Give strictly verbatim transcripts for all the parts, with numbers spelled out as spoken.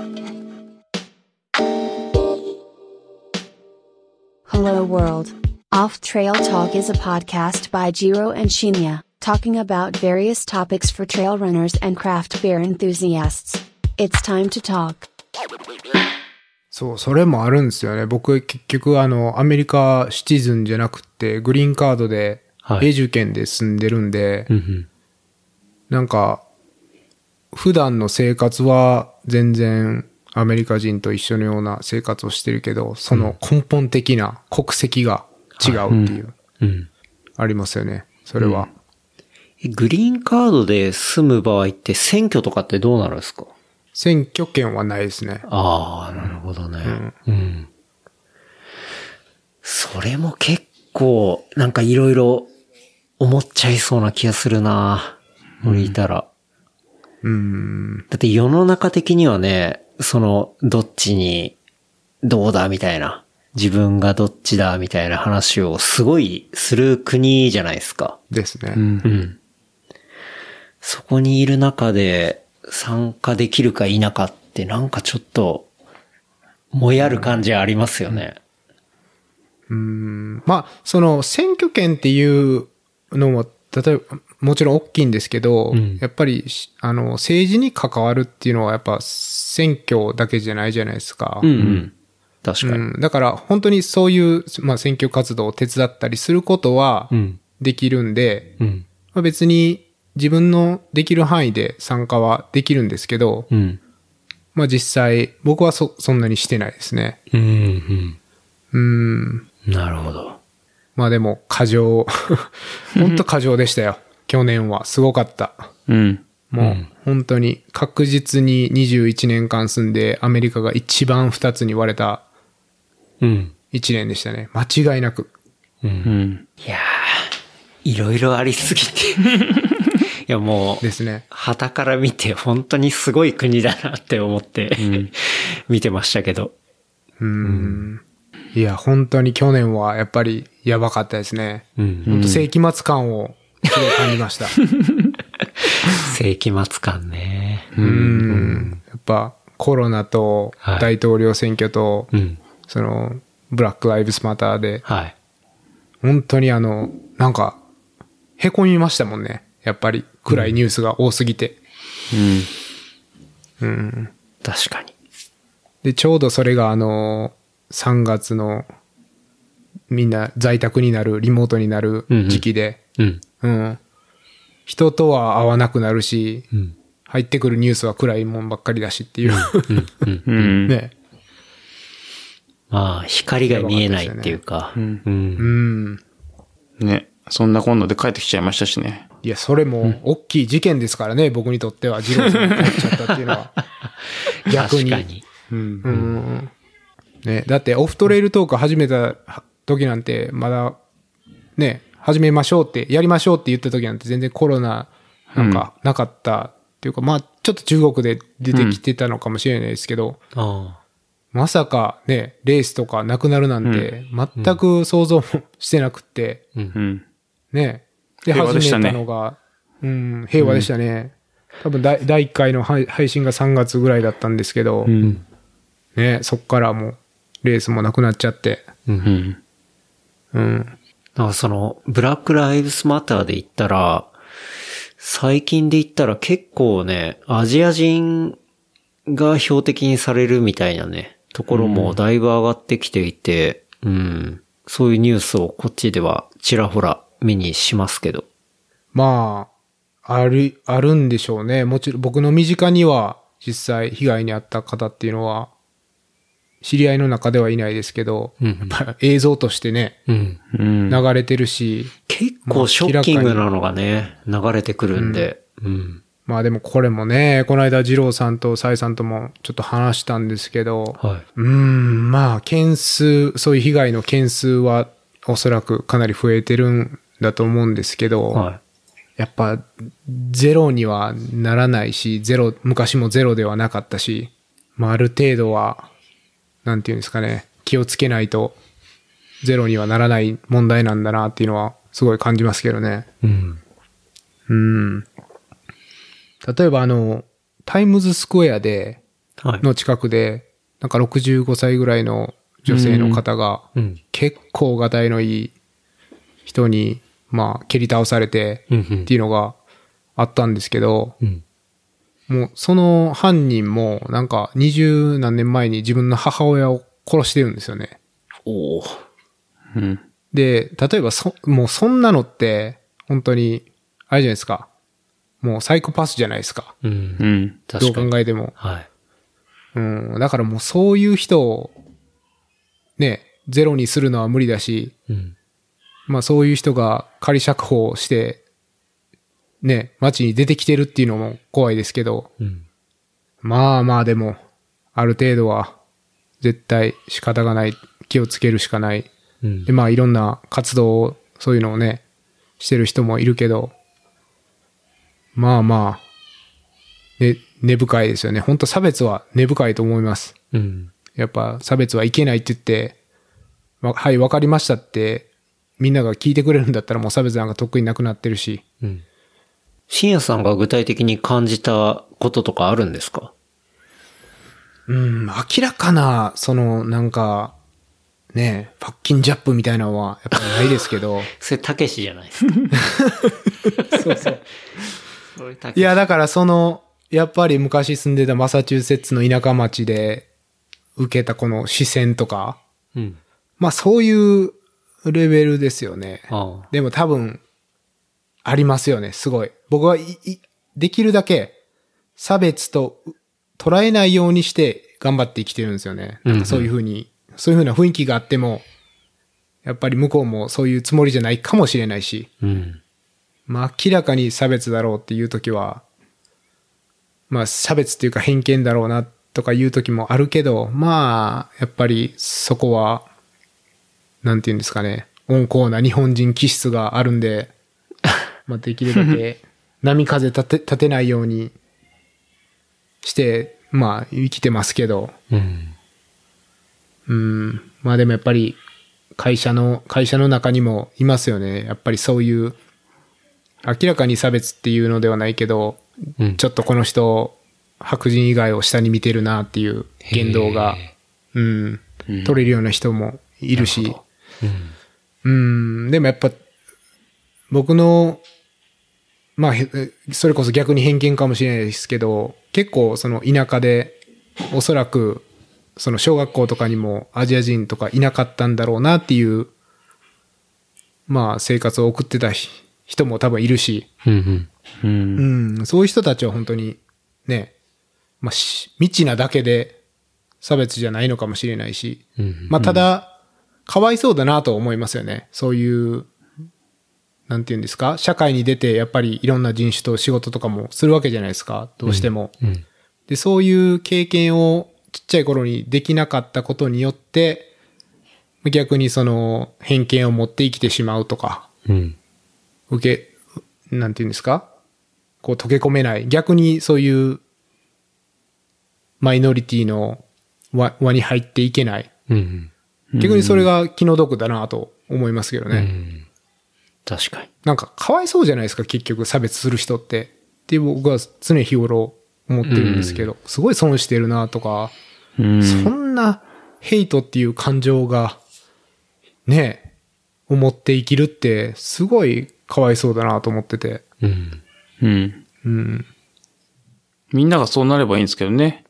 Hello World. Off Trail Talk is a podcast by Jiro and Shinya, talking about various topics for trail runners and craft beer enthusiasts. It's time to talk. そう、それもあるんですよね。僕結局あの、アメリカシティズンじゃなくて、グリーンカードで、永住権で住んでるんで、はい、なんか、普段の生活は全然アメリカ人と一緒のような生活をしてるけど、その根本的な国籍が違うっていう、うんうん、ありますよね、それは、 うん。グリーンカードで住む場合って選挙とかってどうなるんですか？ 選挙権はないですね。 ああ、なるほどね。うん。うん、それも結構、なんかいろいろ思っちゃいそうな気がするな。俺いたら。 うん。 だって世の中的にはね、その、どっちに、どうだみたいな。自分がどっちだみたいな話をすごいする国じゃないですか。 ですね。 うん。うん、そこにいる中で、参加できるか否かってなんかちょっともやる感じありますよね。 うーん。まあ、その選挙権っていうのも、例えばもちろん大きいんですけど、うん、やっぱりあの政治に関わるっていうのはやっぱ選挙だけじゃないじゃないですか。 うんうん、確かに、 うん。だから本当にそういう、まあ、選挙活動を手伝ったりすることはできるんで、うんうんまあ、別に自分のできる範囲で参加はできるんですけど、うん、まあ実際僕は そ, そんなにしてないですね。 うん、 うん、 うん。なるほど。 まあでも過剰、本当過剰でしたよ。去年はすごかった。 うん、 もう本当に確実ににじゅういちねんかん住んでアメリカが一番二つに割れたいちねんでしたね。間違いなく。 うんうん、いやー、いろいろありすぎて。いやもう、 ですね。 旗から見て本当にすごい国だなって思って、うん、見てましたけど。 うーん。いや、本当に去年はやっぱりやばかったですね。うん、本当世紀末感をすごい感じました。 世紀末感ね。 うん。うんやっぱコロナと大統領選挙と、はいうん、その、ブラックライブスマターで、はい、本当にあの、なんか、凹みましたもんね。やっぱり暗いニュースが多すぎて。 うん。うん。確かに。 で、ちょうどそれがあの、さんがつのみんな在宅になる、リモートになる時期で、うんうん。うん。人とは会わなくなるし、うん、入ってくるニュースは暗いもんばっかりだしっていう。うんうん、ね。 まあ、光が見えないっていうか。 ね、うん。うんうん。ね。そんな今度で帰ってきちゃいましたしね。 いや、それも大きい事件ですからね、うん、僕にとっては。ジローさんが帰っちゃったっていうのは。逆に。 確かに。 うん。うん。ね、だってオフトレイルトーク始めた時なんて、まだ、ね、始めましょうって、やりましょうって言った時なんて全然コロナなんかなかったっていうか、うん、まあ、ちょっと中国で出てきてたのかもしれないですけど、うん、あまさかね、レースとかなくなるなんて、全く想像もしてなくって、うん、ね、で、始めたのが、うん、平和でしたね。多分だいいっかいの配信がさんがつぐらいだったんですけど、うん、ね、そっからもう、レースもなくなっちゃって。うん。 うん。なんかその、ブラックライブスマターで言ったら、最近で言ったら結構ね、アジア人が標的にされるみたいなね、ところもだいぶ上がってきていて、うん、うん。そういうニュースをこっちではちらほら目にしますけど。 まあ、ある、あるんでしょうね。もちろん僕の身近には実際被害に遭った方っていうのは、知り合いの中ではいないですけど、うん、やっぱ映像としてね、うん、流れてるし。 結構ショッキングなのがね、流れてくるんで、うんうん。 まあでもこれもね、この間二郎さんとサイさんともちょっと話したんですけど、はい、うーん、まあ件数、そういう被害の件数はおそらくかなり増えてるんだと思うんですけど、はい、やっぱゼロにはならないし、ゼロ、昔もゼロではなかったし、まあある程度は、なんていうんですかね、気をつけないとゼロにはならない問題なんだなっていうのはすごい感じますけどね。うん。うん。例えばあの、タイムズスクエアで、 の近くで、なんかろくじゅうごさいぐらいの女性の方が、結構がたいのいい人に、まあ、蹴り倒されてっていうのがあったんですけど、もうその犯人もなんか二十何年前に自分の母親を殺してるんですよね。 おー。 うん。 で、例えばそ、もうそんなのって、本当に、あれじゃないですか。もうサイコパスじゃないですか。 うん。 うん。 どう確かに。 考えても。 はい。 うん。だからもうそういう人を、ね、ゼロにするのは無理だし、 うん。 まあそういう人が仮釈放して、ね、街に出てきてるっていうのも怖いですけど、 うん。 まあまあでも、ある程度は絶対仕方がない、気をつけるしかない。 うんで、まあいろんな活動を、そういうのをね、してる人もいるけど、まあまあ、ね、根深いですよね。本当差別は根深いと思います。 うん。 やっぱ差別はいけないって言って、わはい、わかりましたって、みんなが聞いてくれるんだったらもう差別なんか得意なくなってるし。 うん。深夜さんが具体的に感じたこととかあるんですか？ うん、明らかな、その、なんか、ね、パッキンジャップみたいなのはやっぱりないですけど。 それ、たけしじゃないですか。 そうそう。 それたけしいや、だからその、やっぱり昔住んでたマサチューセッツの田舎町で受けたこの視線とか、 うん。 まあそういうレベルですよね。 ああ。 でも多分、ありますよね、すごい。僕はいいできるだけ差別と捉えないようにして頑張って生きてるんですよね。なんかそういうふうに、そういうふうな雰囲気があっても、やっぱり向こうもそういうつもりじゃないかもしれないし、 うん。 まあ明らかに差別だろうっていうときは、まあ差別っていうか偏見だろうなとかいうときもあるけど、まあやっぱりそこは、なんていうんですかね、温厚な日本人気質があるんで、まあできるだけ波風立て、立てないようにして、まあ生きてますけど、 うん。 うん、まあでもやっぱり会社の、会社の中にもいますよね。やっぱりそういう、明らかに差別っていうのではないけど、 うん。 ちょっとこの人、白人以外を下に見てるなっていう言動が、うん、取れるような人もいるし、 うん。 うん、でもやっぱ、僕の、まあ、へそれこそ逆に偏見かもしれないですけど、結構その田舎で、おそらく、その小学校とかにもアジア人とかいなかったんだろうなっていう、まあ生活を送ってた人も多分いるし、 うん。 うん。 うん、そういう人たちは本当にね、まあし未知なだけで差別じゃないのかもしれないし、 うん。 まあただ、かわいそうだなと思いますよね。そういう、なんていうんですか、社会に出てやっぱりいろんな人種と仕事とかもするわけじゃないですか、どうしても。 うん。 で、そういう経験をちっちゃい頃にできなかったことによって、逆にその偏見を持って生きてしまうとか、 うん。 受け、なんていうんですか、こう溶け込めない。逆にそういうマイノリティの輪輪に入っていけない。 うん。 逆にそれが気の毒だなと思いますけどね。 うん。確かに。 なんかかわいそうじゃないですか、結局差別する人って。って僕は常日頃思ってるんですけど、すごい損してるなとか、 うん。 そんなヘイトっていう感情が、ね、思って生きるって、すごいかわいそうだなと思ってて。 うん。 うん。 うん。 みんながそうなればいいんですけどね。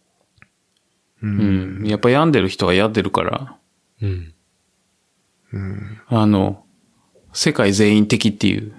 うん。やっぱ病んでる人が病んでるから、 うん。 あの、世界全員的っていう。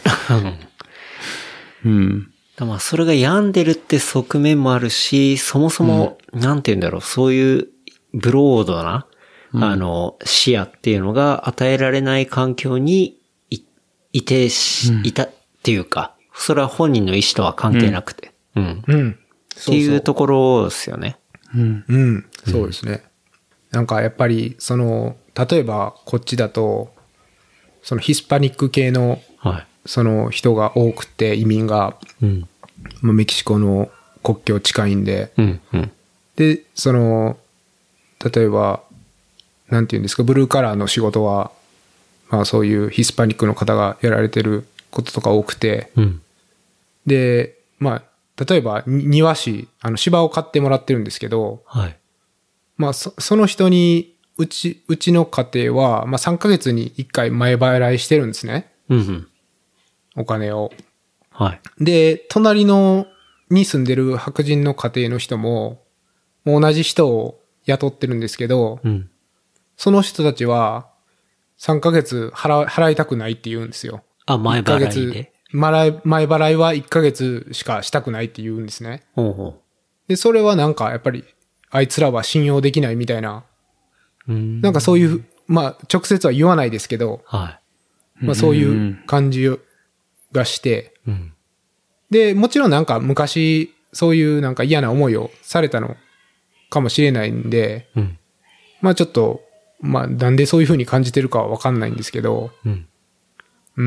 うん。 まあ、それが病んでるって側面もあるし、そもそも、なんて言うんだろう、そういうブロードな、あの、視野っていうのが与えられない環境にい、いてし、いたっていうか、それは本人の意思とは関係なくて。うん。 うん。 っていうところですよね。 うん。 うん。そうですね。なんかやっぱり、その、例えばこっちだと、そのヒスパニック系の、 はい。 その人が多くて移民が、 うん。 まあメキシコの国境近いんで、 うん。うん。 で、その、例えば、なんていうんですか、ブルーカラーの仕事は、まあそういうヒスパニックの方がやられてることとか多くて、 うん。 で、まあ、 例えば庭師、あの芝を買ってもらってるんですけど、 はい。 まあそ、その人に、うち、うちの家庭は、まあさんかげつにいっかい前払いしてるんですね。 うんうん。 お金を。 はい。 で、隣の、に住んでる白人の家庭の人も、もう同じ人を雇ってるんですけど、 うん。 その人たちは、さんかげつ払、払いたくないって言うんですよ。 あ、前払いで。 前前払いはいっかげつしかしたくないって言うんですね。 ほうほで、それはなんかやっぱり、あいつらは信用できないみたいな、 う。うん。 なんかそういう、まあ直接は言わないですけど、 はまあそういう感じがして、 い。うん。 で、もちろんなんか昔、そういうなんか嫌な思いをされたのかもしれないんで、 うん。 まあちょっと、まあなんでそういう風に感じてるかはわかんないんですけど、 うん。 うん、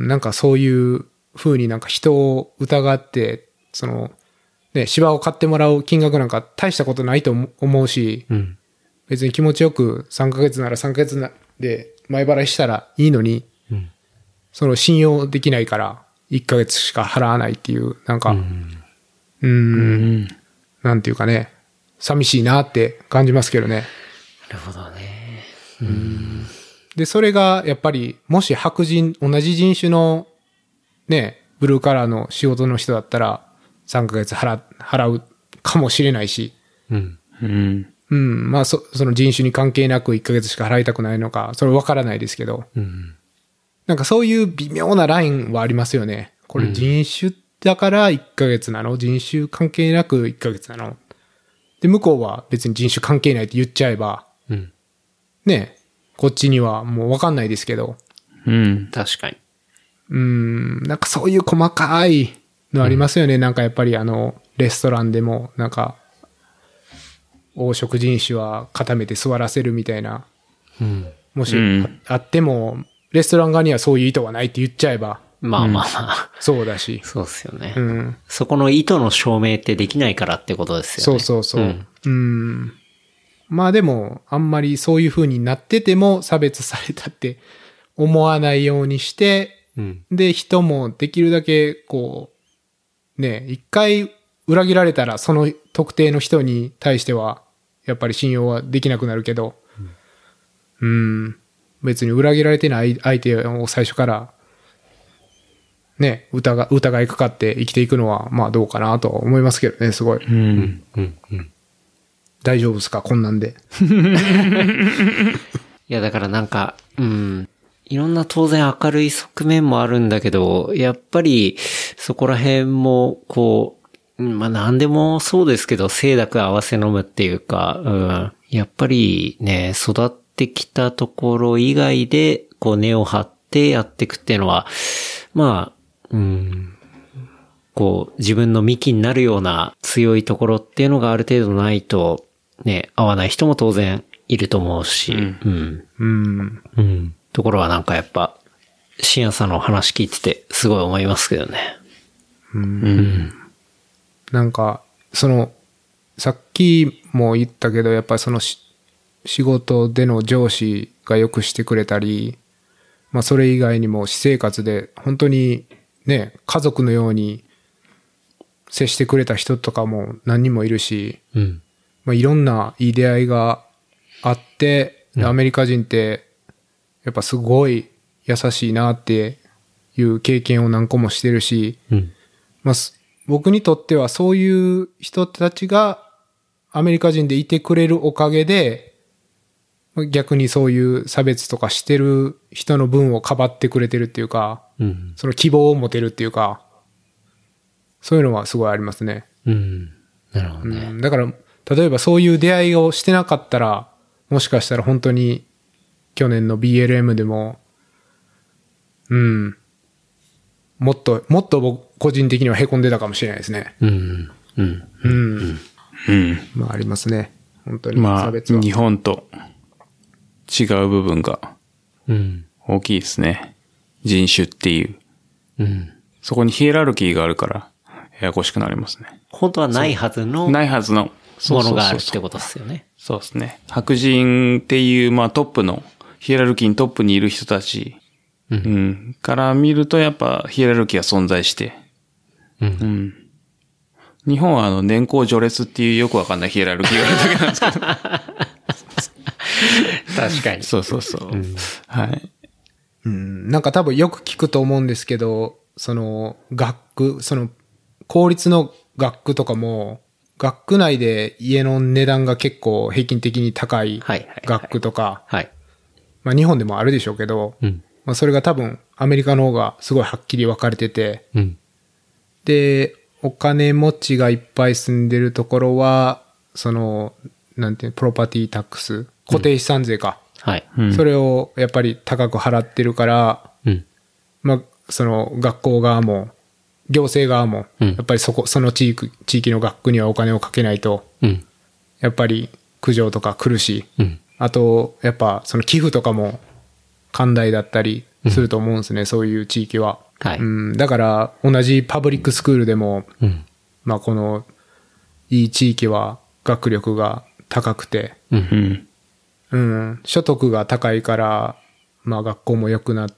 なんかそういう風になんか人を疑って、その、ね、芝を買ってもらう金額なんか大したことないと思うし、 うん。 別に気持ちよくさんかげつならさんかげつで前払いしたらいいのに、 うん。 その信用できないからいっかげつしか払わないっていう、なんか、 ううんーん、なんていうかね、寂しいなって感じますけどね。 なるほどね。 うん。で、それがやっぱり、もし白人、同じ人種のね、ブルーカラーの仕事の人だったら、さんかげつ払、払うかもしれないし、 うん。 うん。 うん、まあそ、その人種に関係なくいっかげつしか払いたくないのか、それわからないですけど、 うん。 なんかそういう微妙なラインはありますよね。これ人種だからいっかげつなの？人種関係なくいっかげつなの？で、向こうは別に人種関係ないって言っちゃえば、 うん。 ね、こっちにはもうわかんないですけど、 うん。 確かに。 うーん、なんかそういう細かいのありますよね。うん、なんかやっぱりあの、レストランでも、なんか、黄色人種は固めて座らせるみたいな。 うん。 もしあ、 うん、 あっても、レストラン側にはそういう意図はないって言っちゃえば。 まあまあまあ。 そうだし。 そうっすよね。 うん。 そこの意図の証明ってできないからってことですよね。 そうそうそう。 うん。 うんまあでも、あんまりそういう風になってても差別されたって思わないようにして、 うん、 で、人もできるだけ、こう、ね、一回裏切られたらその特定の人に対しては、やっぱり信用はできなくなるけど、うん、うん別に裏切られてない相手を最初から、ね、疑、疑いかかって生きていくのは、まあどうかなとは思いますけどね、すごい。 うん。 うん。うん。 大丈夫ですかこんなんで。 いや、だからなんか、うん。いろんな当然明るい側面もあるんだけど、やっぱりそこら辺も、こう、まあ何でもそうですけど、清濁合わせ飲むっていうか、うん。やっぱりね、育ってきたところ以外で、こう根を張ってやっていくっていうのは、まあ、うん。こう、自分の幹になるような強いところっていうのがある程度ないと、ね、合わない人も当然いると思うし、うん。 うん。 うん。ところはなんかやっぱ、深夜さんの話聞いててすごい思いますけどね。 うん。 うん。 なんか、その、さっきも言ったけど、やっぱりそのし仕事での上司がよくしてくれたり、まあそれ以外にも私生活で本当にね、家族のように接してくれた人とかも何人もいるし、 うん。 まあいろんないい出会いがあって、 うんアメリカ人ってやっぱすごい優しいなっていう経験を何個もしてるし、 うん。 まあ、僕にとってはそういう人たちがアメリカ人でいてくれるおかげで、逆にそういう差別とかしてる人の分をかばってくれてるっていうか、 うん。 その希望を持てるっていうか、そういうのはすごいありますね。 うん。なるほどね。 うん、だから、例えばそういう出会いをしてなかったら、もしかしたら本当に去年の ビーエルエム でも、うん、もっと、もっと僕、個人的には凹んでたかもしれないですね。 うん。うん。 うん。 うん。 まあありますね。本当にまあ、 差別は。 日本と違う部分がうん。 大きいですね。人種っていう。 うん。 そこにヒエラルキーがあるから、ややこしくなりますね。 本当はないはずのないはずのものがあるってことですよね。 そうですね。白人っていう、まあトップの、ヒエラルキーのトップにいる人たち、 うん。 うん、から見るとやっぱヒエラルキーは存在して、 うん。 うん。 日本はあの年功序列っていうよくわかんないヒエラルキーがあるだけなんですけど。 確かに。 そうそうそう。うん、はい。 うん。なんか多分よく聞くと思うんですけど、その学区、その公立の学区とかも、学区内で家の値段が結構平均的に高い学区とか、 はい。 まあ日本でもあるでしょうけど、うん、まあそれが多分アメリカの方がすごいはっきり分かれてて、うん、で、お金持ちがいっぱい住んでるところは、その、なんていう、プロパティタックス、固定資産税か。 うん、はい。 それをやっぱり高く払ってるから、うん、まあ、その学校側も、行政側も、やっぱりそこ、その地域、地域の学区にはお金をかけないと、うん、やっぱり苦情とか来るし、うん、あと、やっぱその寄付とかも寛大だったりすると思うんですね、うん、そういう地域は。はい、うん、だから同じパブリックスクールでも、うん、まあこのいい地域は学力が高くて、うんうん、所得が高いからまあ学校も良くなって、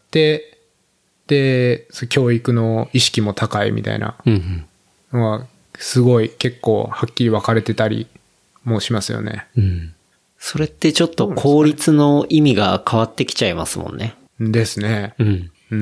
で教育の意識も高いみたいなのはすごい結構はっきり分かれてたりもしますよね。 うん、それってちょっと公立の意味が変わってきちゃいますもんね。 ですね。 うんうん、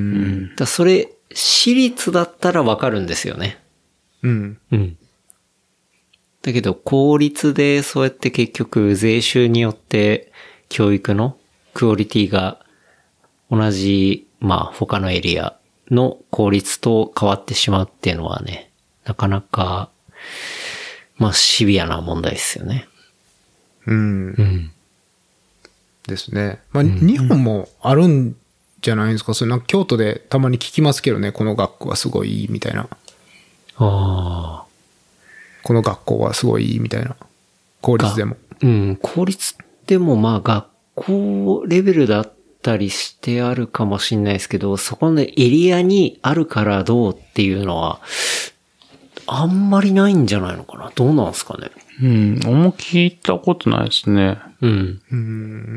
だそれ私立だったらわかるんですよね。うん。うん。だけど公立でそうやって結局税収によって教育のクオリティが同じ、まあ他のエリアの公立と変わってしまうっていうのはね、なかなか、まあシビアな問題ですよね。 うん。うん。ですね。まあ、うん、日本もあるんじゃないですか。それなんか京都でたまに聞きますけどね、この学区はすごいいいみたいな。ああ。この学校はすごいいいみたいな。公立でも。 うん、公立でもまあ学校レベルだったりしてあるかもしれないですけど、そこのエリアにあるからどうっていうのは、あんまりないんじゃないのかな。どうなんですかね。 うん、あんま聞いたことないですね。うん。うん。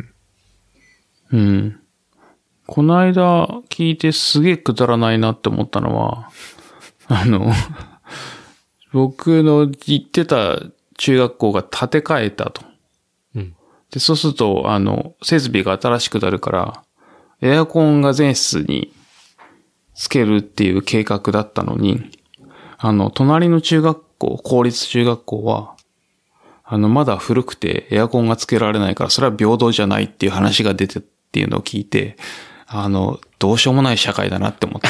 うん。この間聞いてすげえくだらないなって思ったのは、あの、僕の行ってた中学校が建て替えたと。うん、で、そうすると、あの、設備が新しくなるから、エアコンが全室につけるっていう計画だったのに、あの、隣の中学校、公立中学校は、あの、まだ古くてエアコンがつけられないから、それは平等じゃないっていう話が出てっていうのを聞いて、あの、どうしようもない社会だなって思った。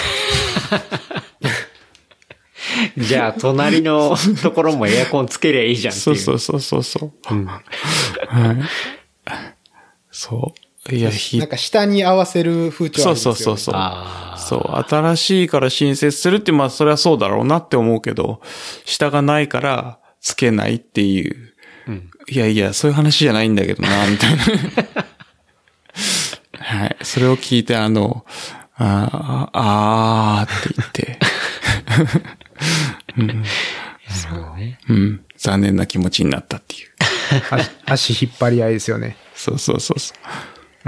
じゃあ、隣のところもエアコンつけりゃいいじゃんっていう。 そうそうそうそう。うんはい、そう。いや、 ひなんか下に合わせる風潮あるんですよね。 そうそうそうそう。そう。新しいから新設するって、まあ、それはそうだろうなって思うけど、下がないからつけないっていう。うん、いやいや、そういう話じゃないんだけどな、みたいな。はい。それを聞いて、あの、あー、あーって言って。うん、そうね。うん。残念な気持ちになったっていう。 足引っ張り合いですよね。 そうそうそうそう。 うん。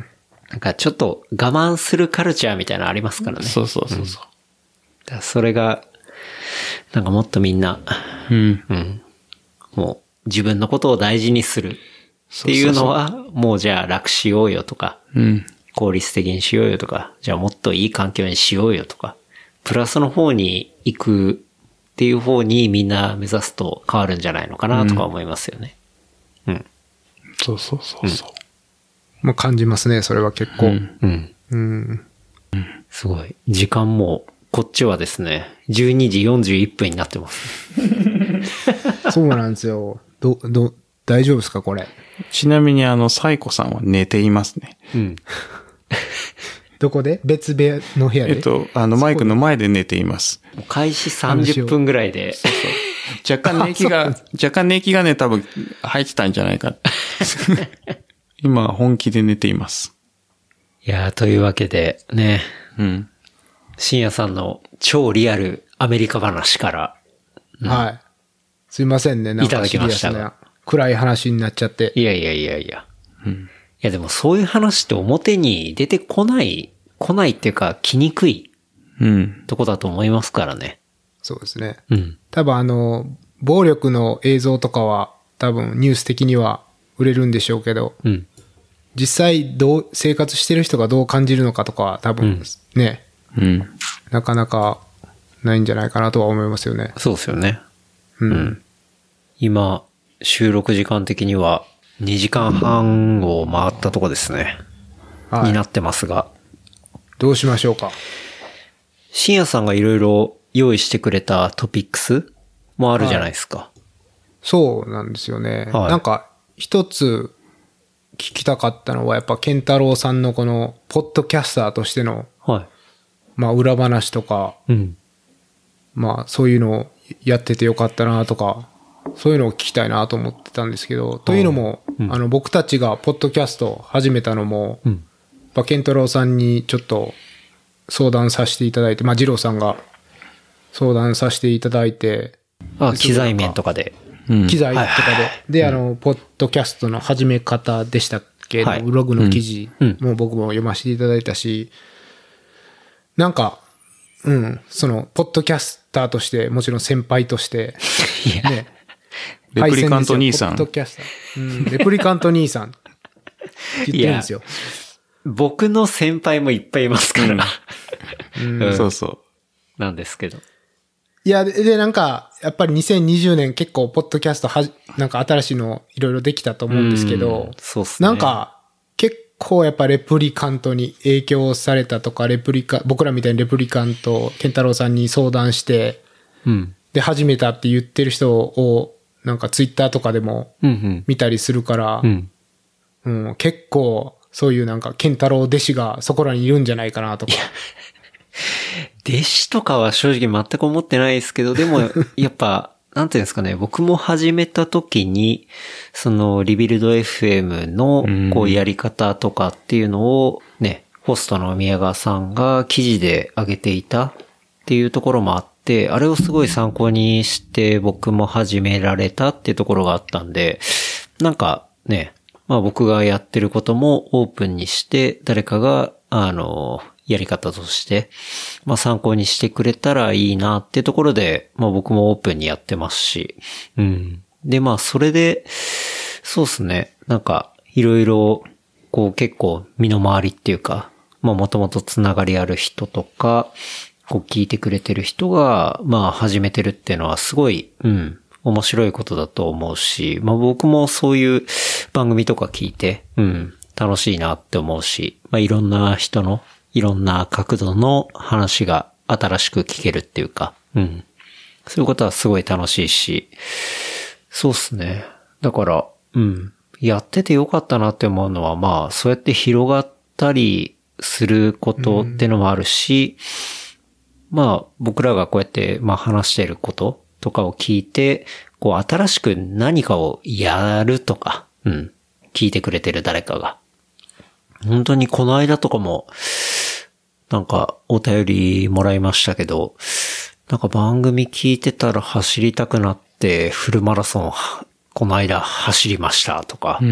なんかちょっと我慢するカルチャーみたいなのありますからね。 そうそうそうそう。 うん、だそれが、なんかもっとみんな、うん。うん。もう自分のことを大事にするっていうのは、そうそうそうもうじゃあ楽しようよとか、うん。効率的にしようよとか、じゃあもっといい環境にしようよとか、プラスの方に行くっていう方にみんな目指すと変わるんじゃないのかなとか思いますよね。うん。うん、 そうそうそうそう。 まあ、感じますね、それは結構。うん。うん。うん。 すごい。時間も、こっちはですね、じゅうにじよんじゅういっぷんになってます、 ね。そうなんですよ。ど、ど、大丈夫ですか、これ。 ちなみにあの、サイコさんは寝ていますね。うん。 どこで？別部屋の部屋で？ えっと、あの、マイクの前で寝ています。 開始さんじゅっぷんぐらいで。そうそう若干寝息が、若干寝息がね、多分入ってたんじゃないか。今、本気で寝ています。 いやー、というわけで、ね。うん。深夜さんの超リアルアメリカ話から。 うん、はい。すいませんね、なんかシリアスな暗い話になっちゃって。 いやいやいやいや。うん。いやでもそういう話って表に出てこない、来ないっていうか来にくい。うん。とこだと思いますからね。 そうですね。 うん。 多分あの、暴力の映像とかは多分ニュース的には売れるんでしょうけど、うん、実際どう、生活してる人がどう感じるのかとかは多分ね、うん、なかなかないんじゃないかなとは思いますよね。 そうですよね。うん。うん、今、収録時間的にはにじかんはんを回ったとこですね。はい、になってますが。 どうしましょうか。 深夜さんがいろいろ用意してくれたトピックスもあるじゃないですか。はい、 そうなんですよね。はい、なんか一つ聞きたかったのはやっぱ健太郎さんのこのポッドキャスターとしての、はい、まあ裏話とか、うん、まあそういうのをやっててよかったなとか、そういうのを聞きたいなと思ってたんですけど、というのも、うん、あの僕たちがポッドキャストを始めたのも、うん、やっぱ健太郎さんにちょっと相談させていただいて、まあ二郎さんが相談させていただいて、 あ、機材面とかで。 うん、機材とかで。はいはい、で、あの、ポッドキャストの始め方でしたっけ、はい、ブログの記事も僕も読ませていただいたし、なんか、うん、その、ポッドキャスターとして、もちろん先輩として、ね、 レプリカント兄さん。 ポッドキャスター。うん、レプリカント兄さん。言ってるんですよ。 僕の先輩もいっぱいいますから。 うんうん、そうそう。 なんですけど。 いや、で、でなんか、やっぱりにせんにじゅうねん結構、ポッドキャストは、なんか新しいのいろいろできたと思うんですけど、 そうっすね。 なんか、結構やっぱレプリカントに影響されたとか、レプリカ、僕らみたいにレプリカント、健太郎さんに相談して、うん、で、始めたって言ってる人を、なんかツイッターとかでも見たりするから、うんうんうん、結構、そういうなんか、健太郎弟子がそこらにいるんじゃないかなとか。 弟子とかは正直全く思ってないですけど、でも、やっぱ、なんていうんですかね、僕も始めた時に、その、リビルド エフエム の、こう、やり方とかっていうのを、ね、ホストの宮川さんが記事で上げていたっていうところもあって、あれをすごい参考にして僕も始められたっていうところがあったんで、なんかね、まあ僕がやってることもオープンにして、誰かが、あの、やり方として、まあ参考にしてくれたらいいなっていうところで、まあ僕もオープンにやってますし、うん。でまあそれで、そうですね、なんかいろいろ、こう結構身の回りっていうか、まあもともとつながりある人とか、こう聞いてくれてる人が、まあ始めてるっていうのはすごい、うん、面白いことだと思うし、まあ僕もそういう番組とか聞いて、うん、楽しいなって思うし、まあいろんな人の、いろんな角度の話が新しく聞けるっていうか、うん。そういうことはすごい楽しいし、そうっすね。だから、うん。やっててよかったなって思うのは、まあ、そうやって広がったりすることってのもあるし、うん、まあ、僕らがこうやって、まあ話してることとかを聞いて、こう新しく何かをやるとか、うん。聞いてくれてる誰かが。本当にこの間とかも、なんかお便りもらいましたけど、なんか番組聞いてたら走りたくなってフルマラソンこの間走りましたとか、うん、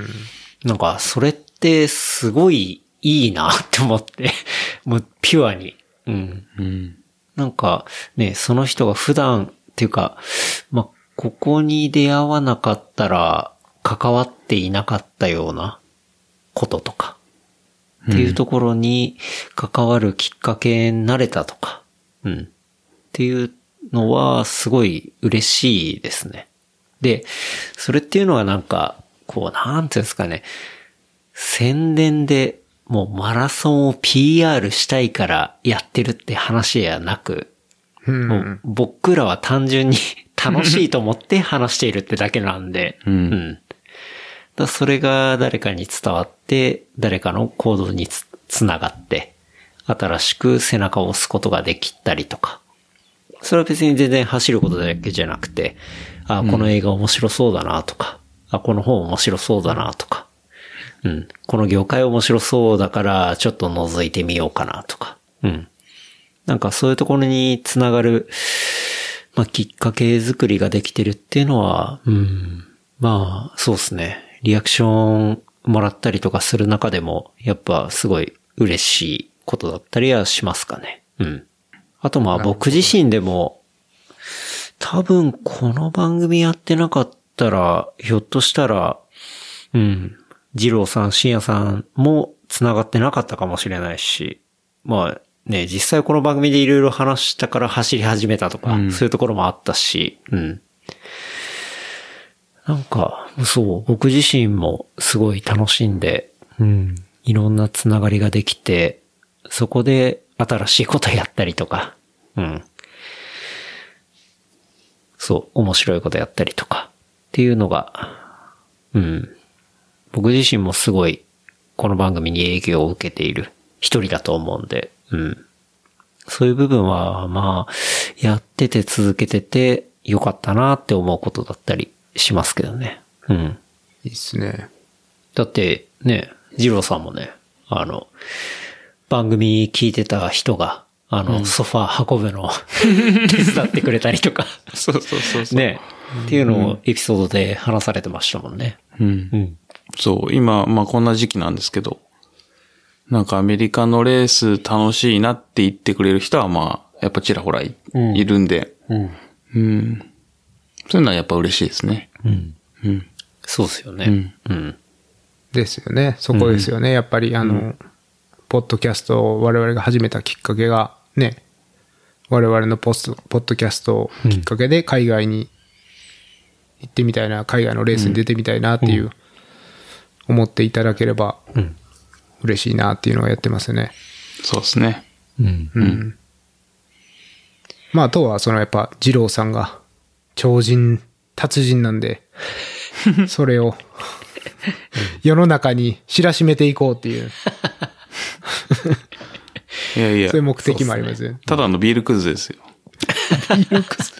なんかそれってすごいいいなって思って、もうピュアに、うんうん、なんかね、その人が普段っていうか、まあ、ここに出会わなかったら関わっていなかったようなこととか、っていうところに関わるきっかけになれたとか、うん。っていうのはすごい嬉しいですね。で、それっていうのはなんか、こう、なんていうんですかね、宣伝でもうマラソンを ピーアール したいからやってるって話やなく、うん、もう僕らは単純に楽しいと思って話しているってだけなんで、うん。うんだそれが誰かに伝わって、誰かの行動に つ, つながって、新しく背中を押すことができたりとか。それは別に全然走ることだけじゃなくて、あ、この映画面白そうだなとか、うん、あ、この本面白そうだなとか、うん、この業界面白そうだからちょっと覗いてみようかなとか、うん。なんかそういうところにつながる、まあ、きっかけ作りができてるっていうのは、うん、まあ、そうですね。リアクションもらったりとかする中でも、やっぱすごい嬉しいことだったりはしますかね。うん。あとまあ僕自身でも、 多分この番組やってなかったら、ひょっとしたら、うん、二郎さん、深夜さんも繋がってなかったかもしれないし、まあね、実際この番組でいろいろ話したから走り始めたとか、うん、そういうところもあったし、うん。なんか、そう、僕自身もすごい楽しんで、うん、いろんなつながりができて、そこで新しいことやったりとか、うん。そう、面白いことやったりとか、っていうのが、うん。僕自身もすごい、この番組に影響を受けている一人だと思うんで、うん。そういう部分は、まあ、やってて続けててよかったなって思うことだったりしますけどね。うん。 いいっすね。 だってね、二郎さんもね、あの、番組聞いてた人が、あの、うん、ソファー運ぶのを手伝ってくれたりとか。 そうそうそうそう。 ね。っていうのをエピソードで話されてましたもんね。 うん。うん、そう、今、まあこんな時期なんですけど、なんかアメリカのレース楽しいなって言ってくれる人はまあ、やっぱちらほら い,、うん、いるんで、うん、うん。そういうのはやっぱ嬉しいですね。うん。 うん。そうですよね。うん。うん、 ですよね。そこですよね。うん、やっぱりあの、うん、ポッドキャストを我々が始めたきっかけがね、我々のポスト、ポッドキャストをきっかけで海外に行ってみたいな、海外のレースに出てみたいなっていう、思っていただければ、うん嬉しいなっていうのをやってますね。 そうですね。 うん。うん。まあ、あとは、そのやっぱ、二郎さんが、超人、達人なんで、それを、世の中に知らしめていこうっていう。 いやいや。 そういう目的もありますよ。 ただのビールクズですよ。ビールクズ。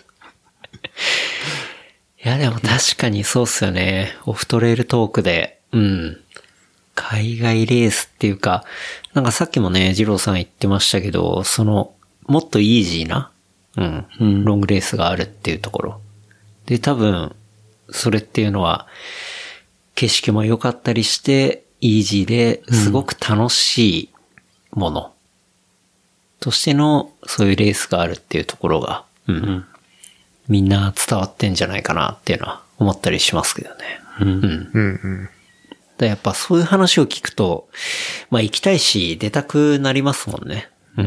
いや、でも確かにそうっすよね。オフトレイルトークで、うん。海外レースっていうか、なんかさっきもね、二郎さん言ってましたけど、その、もっとイージーな、うん、うん、ロングレースがあるっていうところ。で、多分、それっていうのは、景色も良かったりして、イージーですごく楽しいもの、うん、としての、そういうレースがあるっていうところが、うん、うん、みんな伝わってんじゃないかなっていうのは思ったりしますけどね。うん。うん。うんうんやっぱそういう話を聞くと、まあ行きたいし出たくなりますもんね。うん。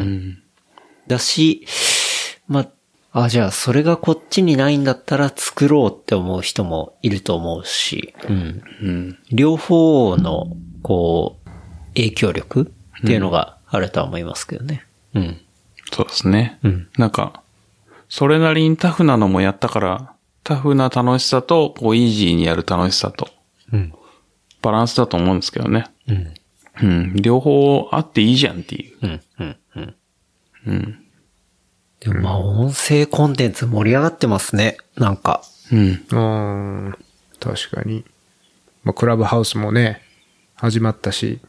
だし、まあ、あ、じゃあそれがこっちにないんだったら作ろうって思う人もいると思うし、うん。うん、両方の、こう、影響力っていうのがあるとは思いますけどね。うん。 そうですね。うん。なんか、それなりにタフなのもやったから、タフな楽しさと、こう、イージーにやる楽しさと。うん。バランスだと思うんですけどね。うん。うん。両方あっていいじゃんっていう。うん、うん、うん。 うん。でもまあ、音声コンテンツ盛り上がってますね。なんか。 うん。ああ、確かに。まあ、クラブハウスもね、始まったし。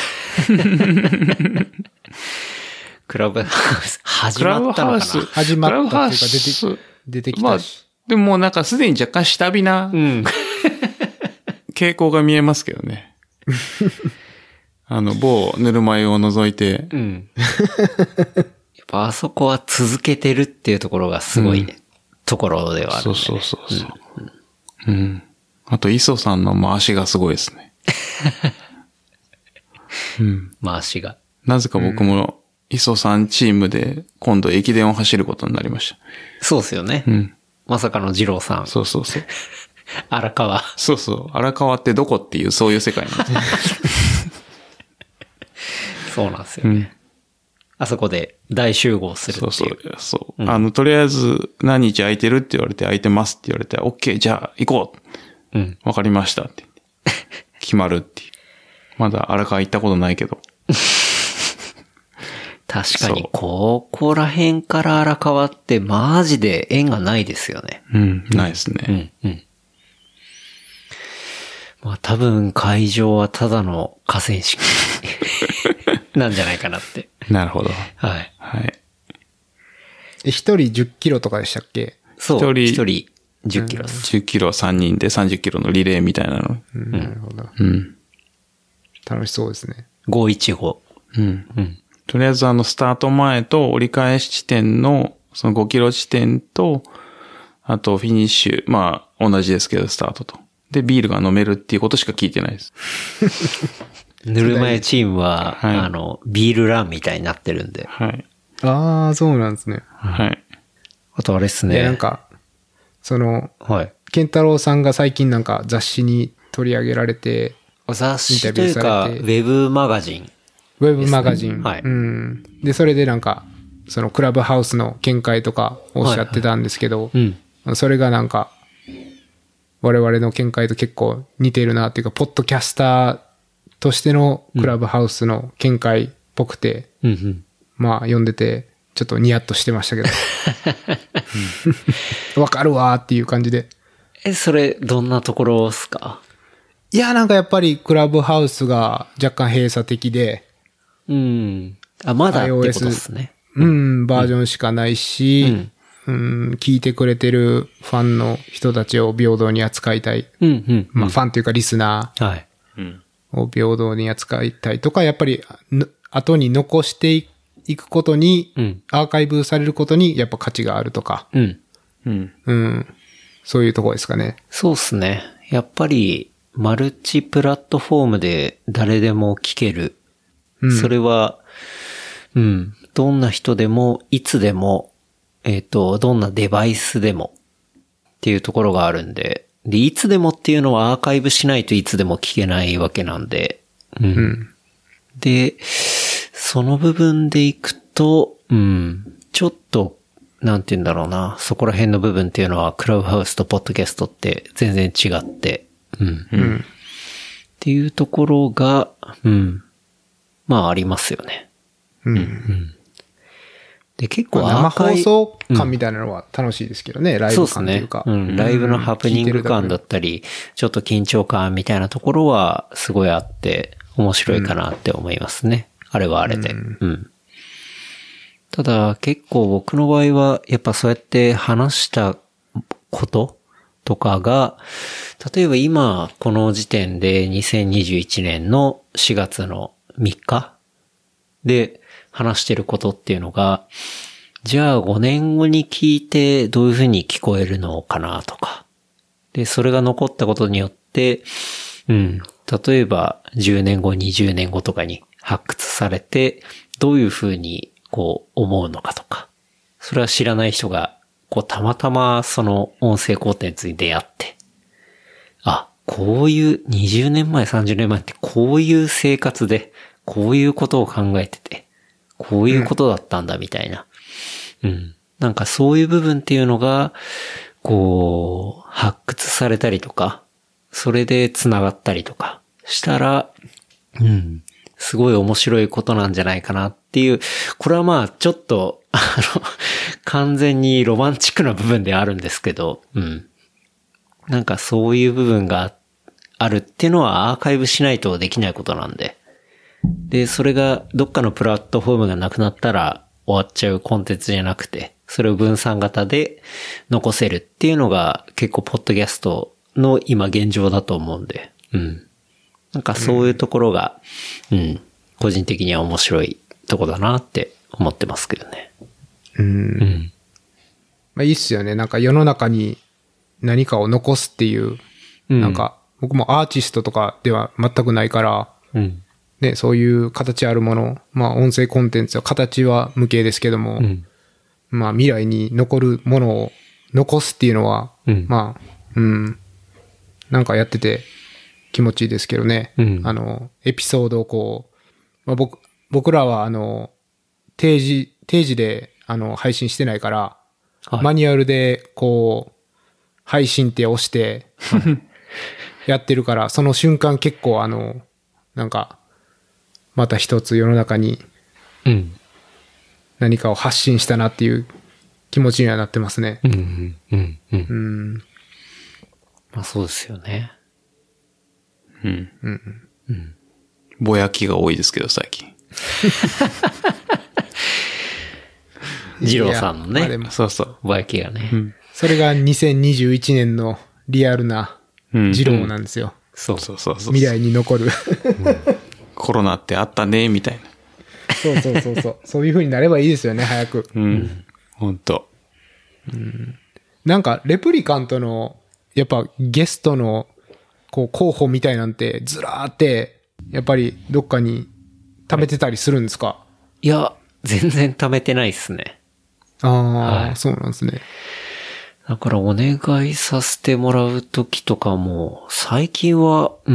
クラブハウス、始まったのかな始まったっていうか出て、出てきたし。 まあ、でももうなんかすでに若干下火な。うん。傾向が見えますけどね。あの、某ぬるま湯を除いて。うん。 やっぱあそこは続けてるっていうところがすごい、ねうん、ところではある、ね。 そうそうそうそう、うん。うん。あと、磯さんの回しがすごいですね。 うん。回しが。 なぜか僕も、磯さんチームで今度駅伝を走ることになりました。 そうですよね。うん。まさかの二郎さん。 そうそうそう。 荒川。 そうそう。荒川ってどこっていう、そういう世界なんですよ。 そうなんですよね、うん。あそこで大集合するっていう。 そうそう。そう、うん、あの、とりあえず何日空いてるって言われて、空いてますって言われて、OK、じゃあ行こう。うん。わかりましたって言って。決まるっていう。まだ荒川行ったことないけど。 確かに、ここら辺から荒川ってマジで縁がないですよね。 うん、ないですね。うん、うん。 まあ多分会場はただの河川敷なんじゃないかなって。 なるほど。 はい。はい。 一人じゅっキロとかでしたっけ？ そう。一人じゅっキロです。 じゅっキロさんにんでさんじゅっキロのリレーみたいなの。うん、なるほど。うん。 楽しそうですね。 ごいちご。 うん。うん。とりあえずあのスタート前と折り返し地点のそのごキロ地点とあとフィニッシュ、まあ同じですけどスタートと。で、ビールが飲めるっていうことしか聞いてないです。 ぬるま湯チームは、 はい、 あの、ビールランみたいになってるんで。 はい。 ああ、そうなんですね。 はい。 あとあれっすね。 なんか、その、 はい。 健太郎さんが最近なんか雑誌に取り上げられて、 雑誌というか、ウェブマガジン、ね。 ウェブマガジン。 はい。 うん。で、それでなんか、そのクラブハウスの見解とかおっしゃってたんですけど、はいはい、うん、それがなんか、我々の見解と結構似てるなっていうか、ポッドキャスターとしてのクラブハウスの見解っぽくて、うんうん、まあ読んでて、ちょっとニヤッとしてましたけど。わかるわーっていう感じで。 え、それ、どんなところですか？ いや、なんかやっぱりクラブハウスが若干閉鎖的で。 うん。あ、まだってことですね。 うん、バージョンしかないし、うん、うん、聞いてくれてるファンの人たちを平等に扱いたい。 うんうんうん、 まあ、ファンというかリスナーを平等に扱いたいとか、やっぱり後に残していくことに、うん、アーカイブされることにやっぱ価値があるとか。 うんうんうん、そういうところですかね。 そうですね。やっぱりマルチプラットフォームで誰でも聞ける。うん、それは、うん。どんな人でも、いつでも、えっと、どんなデバイスでもっていうところがあるんで、で、いつでもっていうのはアーカイブしないといつでも聞けないわけなんで、うん。うん、で、その部分でいくと、うん、ちょっと、なんて言うんだろうな、そこら辺の部分っていうのは、クラブハウスとポッドキャストって全然違って、うん。うん、っていうところが、うん。まあ、ありますよね。 うん。うんで、結構生放送感みたいなのは楽しいですけどね、うん、ライブ感というか。 そうですね。うん。ライブのハプニング感だったり、ちょっと緊張感みたいなところはすごいあって、面白いかなって思いますね。うん、あれはあれで。うん。うん、ただ、結構僕の場合は、やっぱそうやって話したこととかが、例えば今、この時点でにせんにじゅういちねんのしがつのみっかで、話してることっていうのが、じゃあごねんごに聞いてどういうふうに聞こえるのかなとか。で、それが残ったことによって、うん、例えばじゅうねんご、にじゅうねんごとかに発掘されて、どういうふうにこう思うのかとか。それは知らない人が、こうたまたまその音声コンテンツに出会って、あ、こういうにじゅうねんまえ、さんじゅうねんまえってこういう生活で、こういうことを考えてて、こういうことだったんだみたいな。うん。なんかそういう部分っていうのが、こう、発掘されたりとか、それで繋がったりとかしたら、うん。すごい面白いことなんじゃないかなっていう、これはまあちょっと、あの、完全にロマンチックな部分であるんですけど、うん。なんかそういう部分があるっていうのはアーカイブしないとできないことなんで。で、それがどっかのプラットフォームがなくなったら終わっちゃうコンテンツじゃなくて、それを分散型で残せるっていうのが結構ポッドキャストの今現状だと思うんで、うん。なんかそういうところが、うん、うん、個人的には面白いとこだなって思ってますけどね。 うん。うん、まあいいっすよね。なんか世の中に何かを残すっていう、うん、なんか僕もアーティストとかでは全くないから、うんね、そういう形あるもの、まあ音声コンテンツは形は無形ですけども、うん、まあ未来に残るものを残すっていうのは、うん、まあ、うん、なんかやってて気持ちいいですけどね。うん、あの、エピソードをこう、まあ僕、僕らはあの、定時、定時であの配信してないから、はい、マニュアルでこう、配信って押して、やってるから、その瞬間結構あの、なんか、また一つ世の中に何かを発信したなっていう気持ちにはなってますね。うんうんうんうん。うん、 まあそうですよね。 うんうんうん。ぼやきが多いですけど最近。 二郎さんのね。 まあ、 そうそう。 ぼやきがね、 うん。それがにせんにじゅういちねんのリアルな二郎なんですよ。うんうん、 そうそうそうそう。 未来に残る。うんコロナってあったね、みたいな。 そうそうそうそう。そういう風になればいいですよね、早く。 うん。ほんと。 うん。 なんか、レプリカントの、やっぱゲストの、こう、候補みたいなんて、ずらーって、やっぱりどっかに貯めてたりするんですか？ いや、全然貯めてないっすね。 ああ、 はい、 そうなんですね。 だからお願いさせてもらうときとかも、最近は、うん、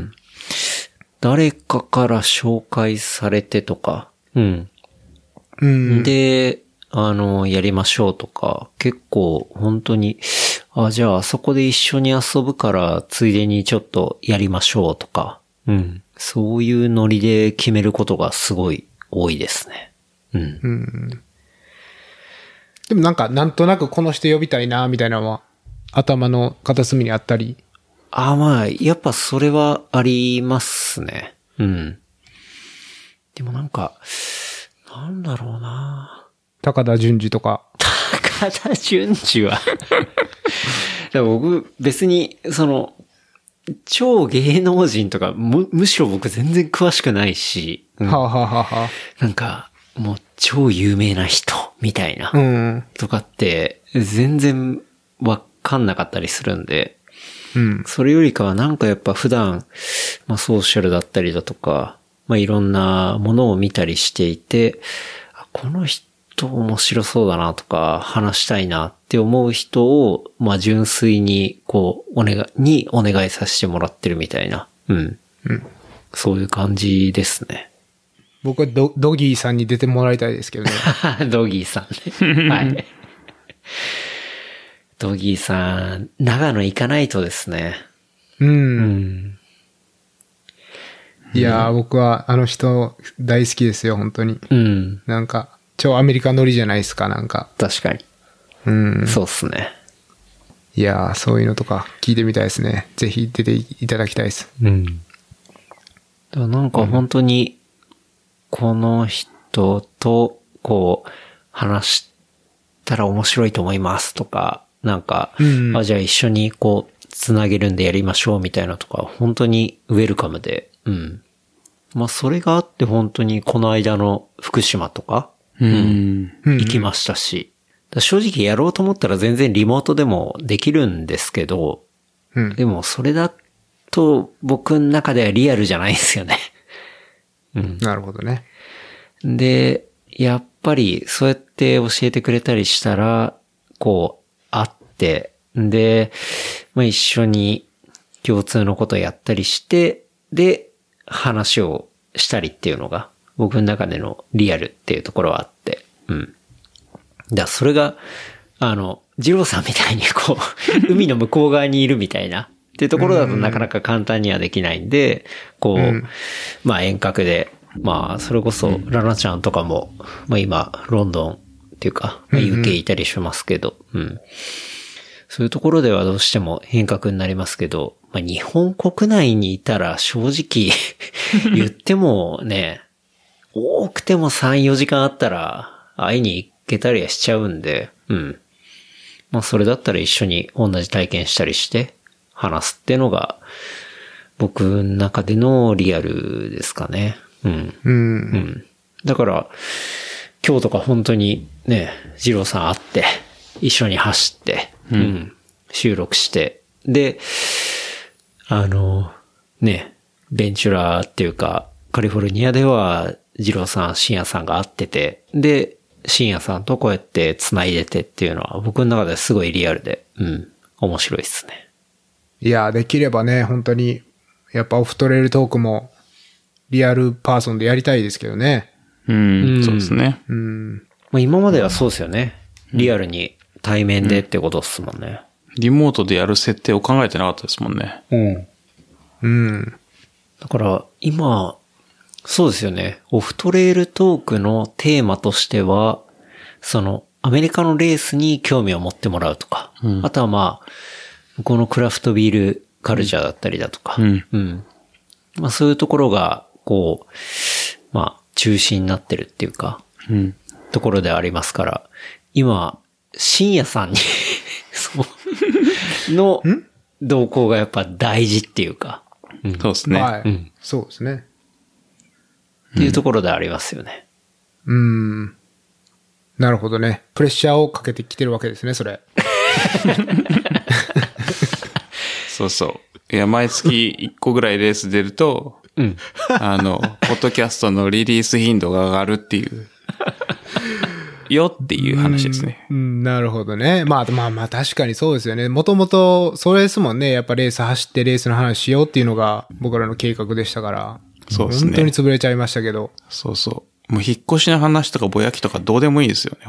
誰かから紹介されてとか、うん。 うん、 で、あの、やりましょうとか、結構本当に、あ、じゃああそこで一緒に遊ぶから、ついでにちょっとやりましょうとか、うん。そういうノリで決めることがすごい多いですね。うん。 うん、でもなんか、なんとなくこの人呼びたいな、みたいなのは、頭の片隅にあったり。 ああ、まあ、やっぱそれはありますね。うん。でもなんか、なんだろうな。 高田純次とか。 高田純次はでも僕、別に、その、超芸能人とか、む、むしろ僕全然詳しくないし。うん、 はあ、はあははあ、 なんか、もう超有名な人、みたいな。 うん。 とかって、全然わかんなかったりするんで。 うん。 それよりかはなんかやっぱ普段、まあソーシャルだったりだとか、まあいろんなものを見たりしていて、あ、この人面白そうだなとか、話したいなって思う人を、まあ純粋に、こう、お願い、にお願いさせてもらってるみたいな。うん。 うん。 そういう感じですね。 僕はド、ドギーさんに出てもらいたいですけどね。 ドギーさんね。はい。ドギーさん、長野行かないとですね。 うん。 うん、 いやー、僕はあの人大好きですよ、本当に。 うん。 なんか、超アメリカ乗りじゃないですか、なんか。 確かに。 うん。 そうっすね。 いやー、そういうのとか聞いてみたいですね。ぜひ出ていただきたいです。 うん。だからなんか本当に、この人と、こう、話したら面白いと思いますとか、なんか、うん、あ、じゃあ一緒にこう、つなげるんでやりましょうみたいなとか、本当にウェルカムで、うん。まあ、それがあって本当にこの間の福島とか、うん、行きましたし、正直やろうと思ったら全然リモートでもできるんですけど、うん、でもそれだと僕の中ではリアルじゃないですよね。 うん、なるほどね。 で、やっぱりそうやって教えてくれたりしたら、こう、会って、で、まあ、一緒に共通のことをやったりして、で、話をしたりっていうのが、僕の中でのリアルっていうところはあって、うん。だそれが、あの、二郎さんみたいにこう、海の向こう側にいるみたいな、っていうところだとなかなか簡単にはできないんで、こう、うん、まあ遠隔で、まあそれこそ、ラナちゃんとかも、まあ今、ロンドンっていうか、まあ、ユーケー いたりしますけど、うん、うん。そういうところではどうしても変革になりますけど、まあ日本国内にいたら正直言ってもね、多くてもさん、よじかんあったら会いに行けたりはしちゃうんで、うん。まあそれだったら一緒に同じ体験したりして話すっていうのが僕の中でのリアルですかね。うん。 うん。うん。 だから今日とか本当にね、二郎さん会って一緒に走って、うん、うん、収録して、で、あの、ね、ベンチュラーっていうかカリフォルニアでは二郎さん、深夜さんが会ってて、で、深夜さんとこうやって繋いでてっていうのは僕の中ですごいリアルで、うん、面白いですね。 いや、できればね、本当に、やっぱオフトレイルトークもリアルパーソンでやりたいですけどね。 うん、うん、そうですね。 うん。 まあ、今まではそうですよね。リアルに対面でってことですもんね、 うん。リモートでやる設定を考えてなかったですもんね。 うん。 うん。 だから、今、そうですよね。オフトレイルトークのテーマとしては、その、アメリカのレースに興味を持ってもらうとか、うん、あとはまあ、向こうのクラフトビールカルチャーだったりだとか、 うん。 うん。まあそういうところが、こう、まあ、中心になってるっていうか、 うん。 ところでありますから、今、深夜さんに、そう、の動向がやっぱ大事っていうか、 うん、そうですね。 はい。 うん、 そうですね。 っていうところでありますよね。 うん。なるほどね。プレッシャーをかけてきてるわけですね、それ。 そうそう。いや、毎月いっこぐらいレース出ると、うん、あの、ポッドキャストのリリース頻度が上がるっていう、よっていう話ですね。 うん、なるほどね。まあまあまあ確かにそうですよね。もともとそれですもんね。やっぱレース走ってレースの話しようっていうのが僕らの計画でしたから。 そうですね。 本当に潰れちゃいましたけど。 そうそう。もう引っ越しの話とかぼやきとかどうでもいいですよね。本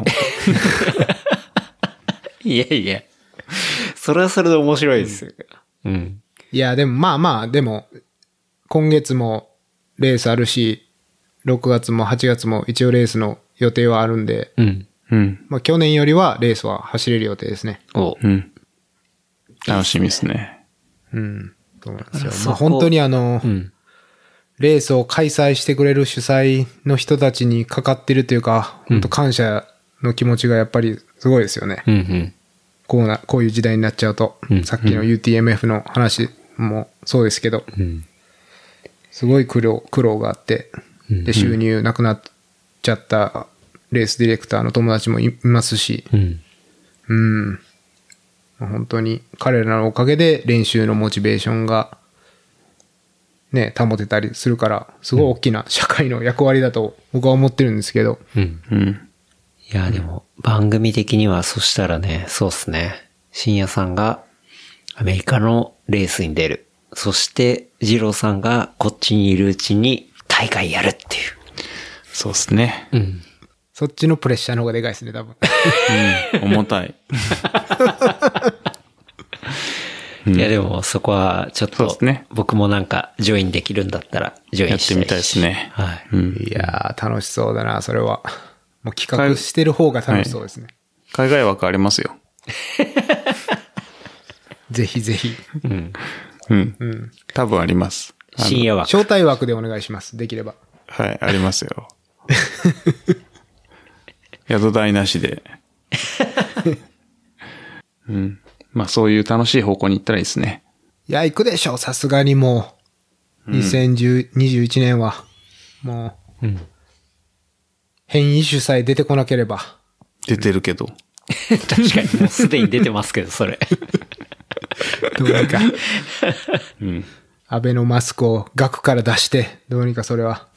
当いやいや。それはそれで面白いですよ。うん。うん、 いや、でもまあまあ、でも、今月もレースあるし、ろくがつもはちがつも一応レースの予定はあるんで、うん。うん。まあ去年よりはレースは走れる予定ですね。 おうん。 楽しみですね。 うん。そうなんですよ。まあ本当にあの、うん、レースを開催してくれる主催の人たちにかかってるというか、本当感謝の気持ちがやっぱりすごいですよね。うんうん。こうな、こういう時代になっちゃうと、うんうん、さっきの ユーティーエムエフ の話もそうですけど、うん、すごい苦労、苦労があって、で、収入なくなっちゃったレースディレクターの友達もいますし、うん。うん。本当に彼らのおかげで練習のモチベーションがね、保てたりするから、すごい大きな社会の役割だと僕は思ってるんですけど。うん。 うん。いや、でも番組的にはそしたらね、そうっすね。深夜さんがアメリカのレースに出る。そして二郎さんがこっちにいるうちに大会やるっていう。 そうですね。うん。 そっちのプレッシャーの方がでかいですね、多分。 うん、重たい。 いやでもそこはちょっと、僕もなんかジョインできるんだったらジョインしたいし。 やってみたいですね。 はい。 うん、いやー、楽しそうだな、それは。もう企画してる方が楽しそうですね。 はい、海外枠ありますよ。 ぜひぜひ。 うん。うん。うん。多分あります。 深夜枠。 招待枠でお願いします。できれば。 はい、ありますよ。宿代なしで。うん。まあそういう楽しい方向に行ったらいいですね。 いや、行くでしょ、さすがにもう。にせんにじゅういちねんは。もう。うん。変異種さえ出てこなければ。 出てるけど。 確かにもうすでに出てますけど、それ。 どうにか。うん。安倍のマスクを額から出して、どうにかそれは。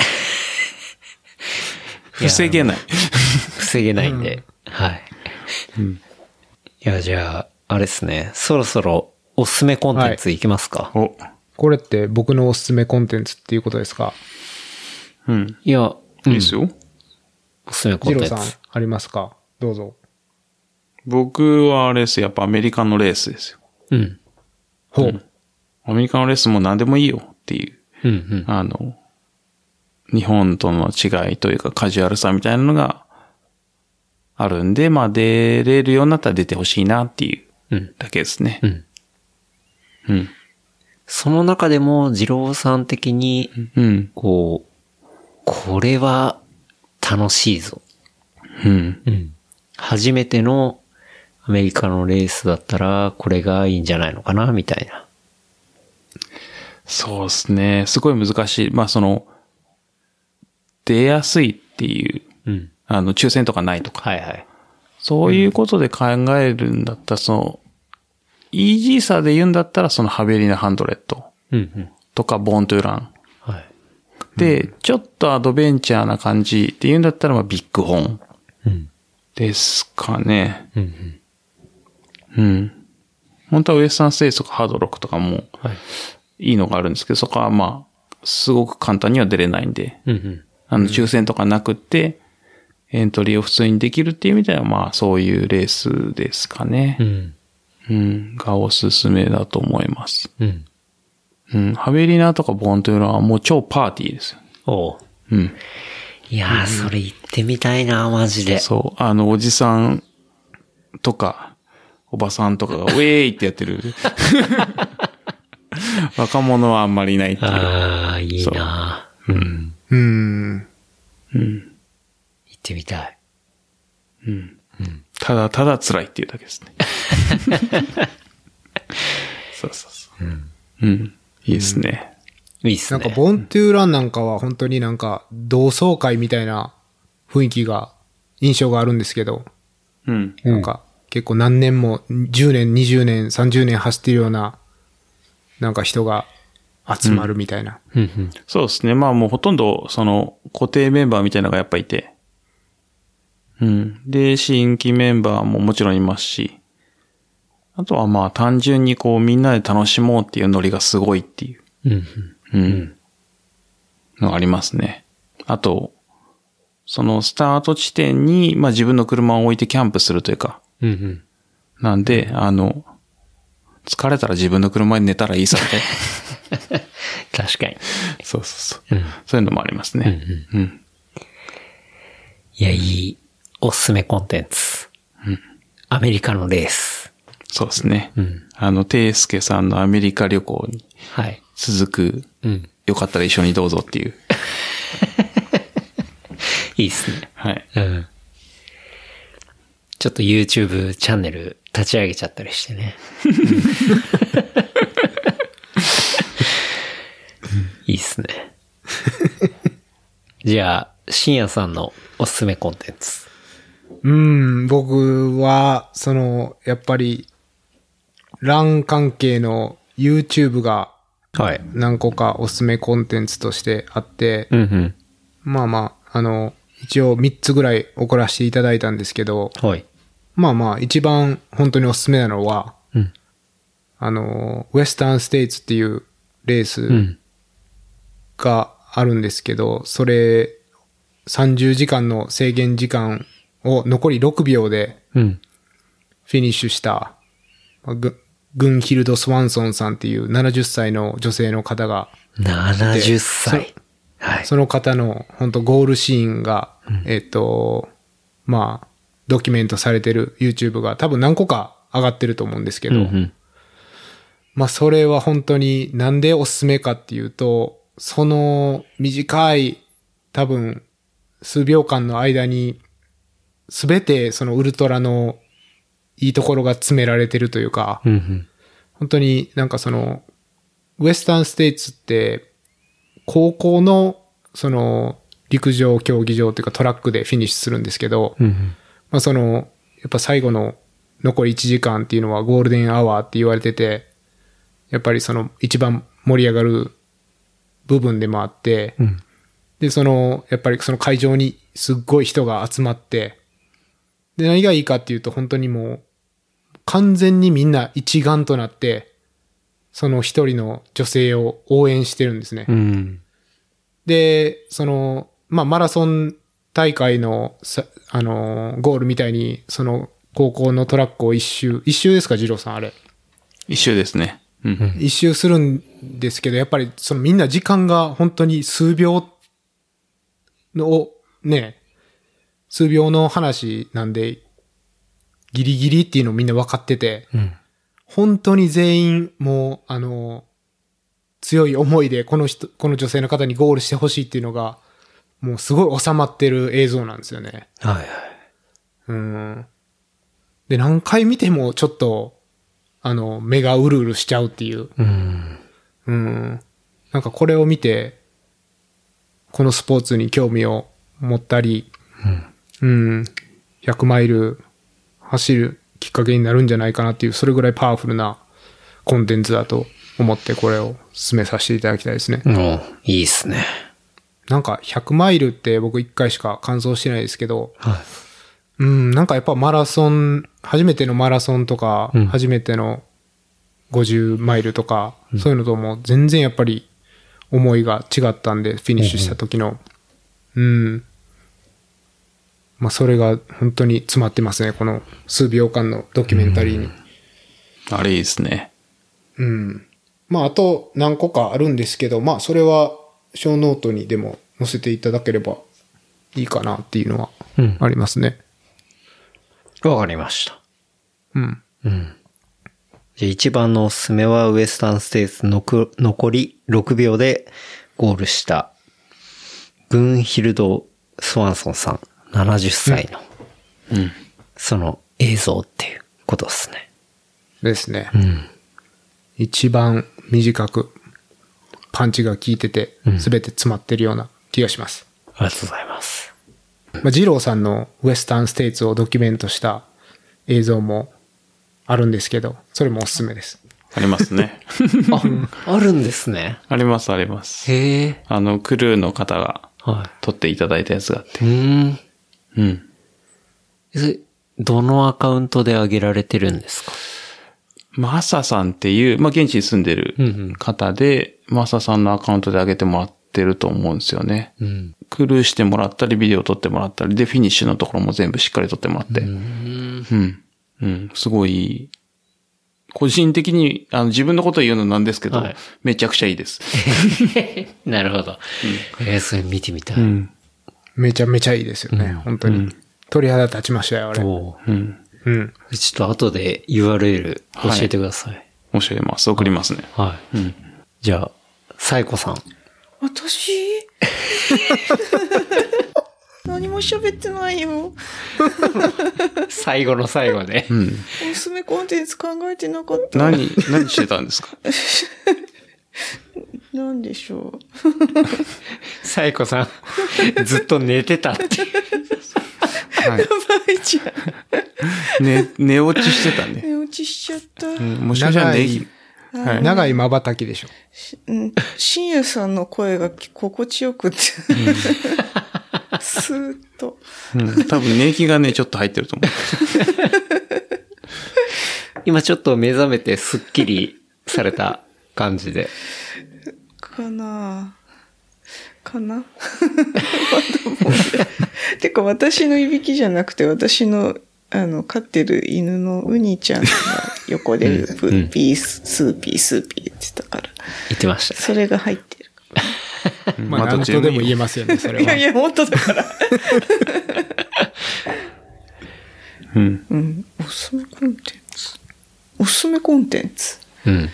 防げない。 防げないんで。うん、はい。うん。いや、じゃあ、あれですね。そろそろおすすめコンテンツいきますか、 はい、お。これって僕のおすすめコンテンツっていうことですか？ うん。いや、 いいですよ。 おすすめコンテンツ。 ジローさん、ありますか？どうぞ。 僕はあれです。やっぱアメリカのレースですよ。うん。ほう。うん、アメリカのレースも何でもいいよっていう。うんうん。あの、日本との違いというかカジュアルさみたいなのがあるんで、まあ出れるようになったら出てほしいなっていうだけですね。うん。 うん。その中でも二郎さん的に、うん、こう、これは楽しいぞ。うん。うん。初めてのアメリカのレースだったらこれがいいんじゃないのかなみたいな。 そうですね。すごい難しい。まあその、出やすいっていう、うん、あの、抽選とかないとか。はいはい。そういうことで考えるんだったら、その、イージーさで言うんだったら、そのハベリナハンドレットとか、ボーントゥーラン。はい。で、うん、ちょっとアドベンチャーな感じって言うんだったら、まあ、ビッグホーン。うん。ですかね。うん、うん。うん。本当はウエスタンステイツとかハードロックとかも、はい。いいのがあるんですけど、そこはまあ、すごく簡単には出れないんで。うんうん。あの、抽選とかなくって、エントリーを普通にできるっていう意味では、まあ、そういうレースですかね。うん。うん。がおすすめだと思います。うん。うん。ハベリナとかボーントゥーランはもう超パーティーですよ。おう。うん。 いやー、それ行ってみたいな、マジで。 そう。あの、おじさんとか、おばさんとかが、ウェーイってやってる。若者はあんまりいないっていう。 ああ、いいな。うん。うん。 うん。 行ってみたい。 うん。うん。ただただ辛いっていうだけですね。そうそうそう。うん。うん。いいですね。 うん、いいっすね。 なんか、ボントゥーランなんかは本当になんか、同窓会みたいな雰囲気が、印象があるんですけど。うん。なんか、 結構何年も、じゅうねん、にじゅうねん、さんじゅうねん走ってるような、なんか人が集まるみたいな。 うんうん、 そうですね。まあもうほとんど、その、固定メンバーみたいなのがやっぱいて。うん。で、新規メンバーももちろんいますし。あとはまあ単純にこうみんなで楽しもうっていうノリがすごいっていう。 うんうんうん。のがありますね。あと、そのスタート地点に、まあ自分の車を置いてキャンプするというか。 うんうん、 なんで、あの、疲れたら自分の車に寝たらいいさみたいな。 確かに。 そうそうそう、 うん。 そういうのもありますね。うんうんうん、 いや、いい、おすすめコンテンツ。うん、アメリカのレース。 そうですね。 うん、 あの、ていすけさんのアメリカ旅行に続く、はいうん、よかったら一緒にどうぞっていう。 いいっすね。 はい。 うん。ちょっと YouTube チャンネル立ち上げちゃったりしてね。いいっすね。じゃあ、深夜さんのおすすめコンテンツ。 うん、僕は、その、やっぱり、ラン関係の YouTube が、何個かおすすめコンテンツとしてあって、 うんうん、 まあまあ、あの、一応みっつぐらい送らせていただいたんですけど、 はい、 まあまあ、一番本当におすすめなのは、 うん、 あの、ウェスタンステイツっていうレースがあるんですけど、それ、さんじゅうじかんの制限時間を残りろくびょうでフィニッシュした、うん、グンヒルド・スワンソンさんっていうななじゅっさいの女性の方がななじゅっさい。 はい、その方の本当ゴールシーンが、うん、えっと、まあ、ドキュメントされてる YouTube が多分何個か上がってると思うんですけど、うんうん、まあそれは本当になんでおすすめかっていうと、その短い多分数秒間の間に全てそのウルトラのいいところが詰められてるというか、 うんうん、 本当になんかそのウエスタンステイツって高校のその陸上競技場というかトラックでフィニッシュするんですけど、 うんうん、 まあそのやっぱ最後の残りいちじかんっていうのはゴールデンアワーって言われてて、やっぱりその一番盛り上がる部分でもあって、 うん、 でそのやっぱりその会場にすっごい人が集まって、で何がいいかっていうと本当にもう完全にみんな一丸となってその一人の女性を応援してるんですね。 うん、 で、その、まあ、マラソン大会のさ、あのー、ゴールみたいに、その、高校のトラックを一周、一周ですか、二郎さん、あれ。 一周ですね。うん。 一周するんですけど、やっぱり、そのみんな時間が本当に数秒の、ね、数秒の話なんで、ギリギリっていうのをみんな分かってて、 うん、 本当に全員、もう、あの、強い思いで、この人、この女性の方にゴールしてほしいっていうのが、もうすごい収まってる映像なんですよね。 はいはい。 うん。で、何回見てもちょっと、あの、目がうるうるしちゃうっていう。 うん。 うん。なんかこれを見て、このスポーツに興味を持ったり、うん。うん。ひゃくマイル走るきっかけになるんじゃないかなっていう、それぐらいパワフルなコンテンツだと思ってこれを進めさせていただきたいですね。 うん。いいっすね。 なんかひゃくマイルって僕いっかいしか完走してないですけど、 はい、 うん、なんかやっぱマラソン、初めてのマラソンとか、うん、初めてのごじゅうマイルとか、うん、そういうのとも全然やっぱり思いが違ったんで、フィニッシュした時の。うん、うん。まあそれが本当に詰まってますね、この数秒間のドキュメンタリーに。 うん、あれいいですね。 うん。まああと何個かあるんですけど、まあそれは小ノートにでも載せていただければいいかなっていうのはありますね。 わ、うん、かりました。 うん。 うん。じゃあ一番のおすすめはウエスタンステイツのく残りろくびょうでゴールしたグンヒルド・スワンソンさんななじゅっさいの、 うん、 その映像っていうことですね。 ですね。 うん。 一番短くパンチが効いてて、すべて詰まってるような気がします。 うん、ありがとうございます。 まあ、二郎さんのウエスタンステイツをドキュメントした映像もあるんですけど、それもおすすめです。 ありますね。 あ、あるんですね。 ありますあります。 へえ。 あの、クルーの方が撮っていただいたやつがあって。 うん。 うん。 どのアカウントで上げられてるんですか？ マサさんっていう、まあ、現地に住んでる方で、うんうん、マサさんのアカウントで上げてもらってると思うんですよね。うん、クルーしてもらったり、ビデオ撮ってもらったり、で、フィニッシュのところも全部しっかり撮ってもらって。うん。うん。うん。すごい、個人的に、あの、自分のことを言うのなんですけど、はい、めちゃくちゃいいです。 なるほど。うん、えー、それ見てみたい、 うん。めちゃめちゃいいですよね、うん、本当に。うん、鳥肌立ちましたよ、あれ。おうん。うん。ちょっと後で ユーアールエル 教えてください。 はい、教えます。送りますね。 はい。うん。じゃあ、サイコさん。 私何も喋ってないよ。 最後の最後で。 うん。おすすめコンテンツ考えてなかった。 何、何してたんですか？ 何でしょう。 サイコさん、ずっと寝てたって。 はい、やばいじゃん。ね、寝落ちしてたね。 寝落ちしちゃった。うん、 もしかしたらね、はい、長い瞬きでしょ。 うん。深夜さんの声が心地よくて。スーッと。 うん。多分寝気がね、ちょっと入ってると思う。 今ちょっと目覚めてスッキリされた感じで。 かなかなてか私のいびきじゃなくて私のあの飼ってる犬のウニちゃんが横でプーピースーピースーピー言ってたから言ってました、ね、 それが入ってるまあ何とでも言えますよねそれは。 いやいや本当だからうん、 うん、おすすめコンテンツおすすめコンテンツうんん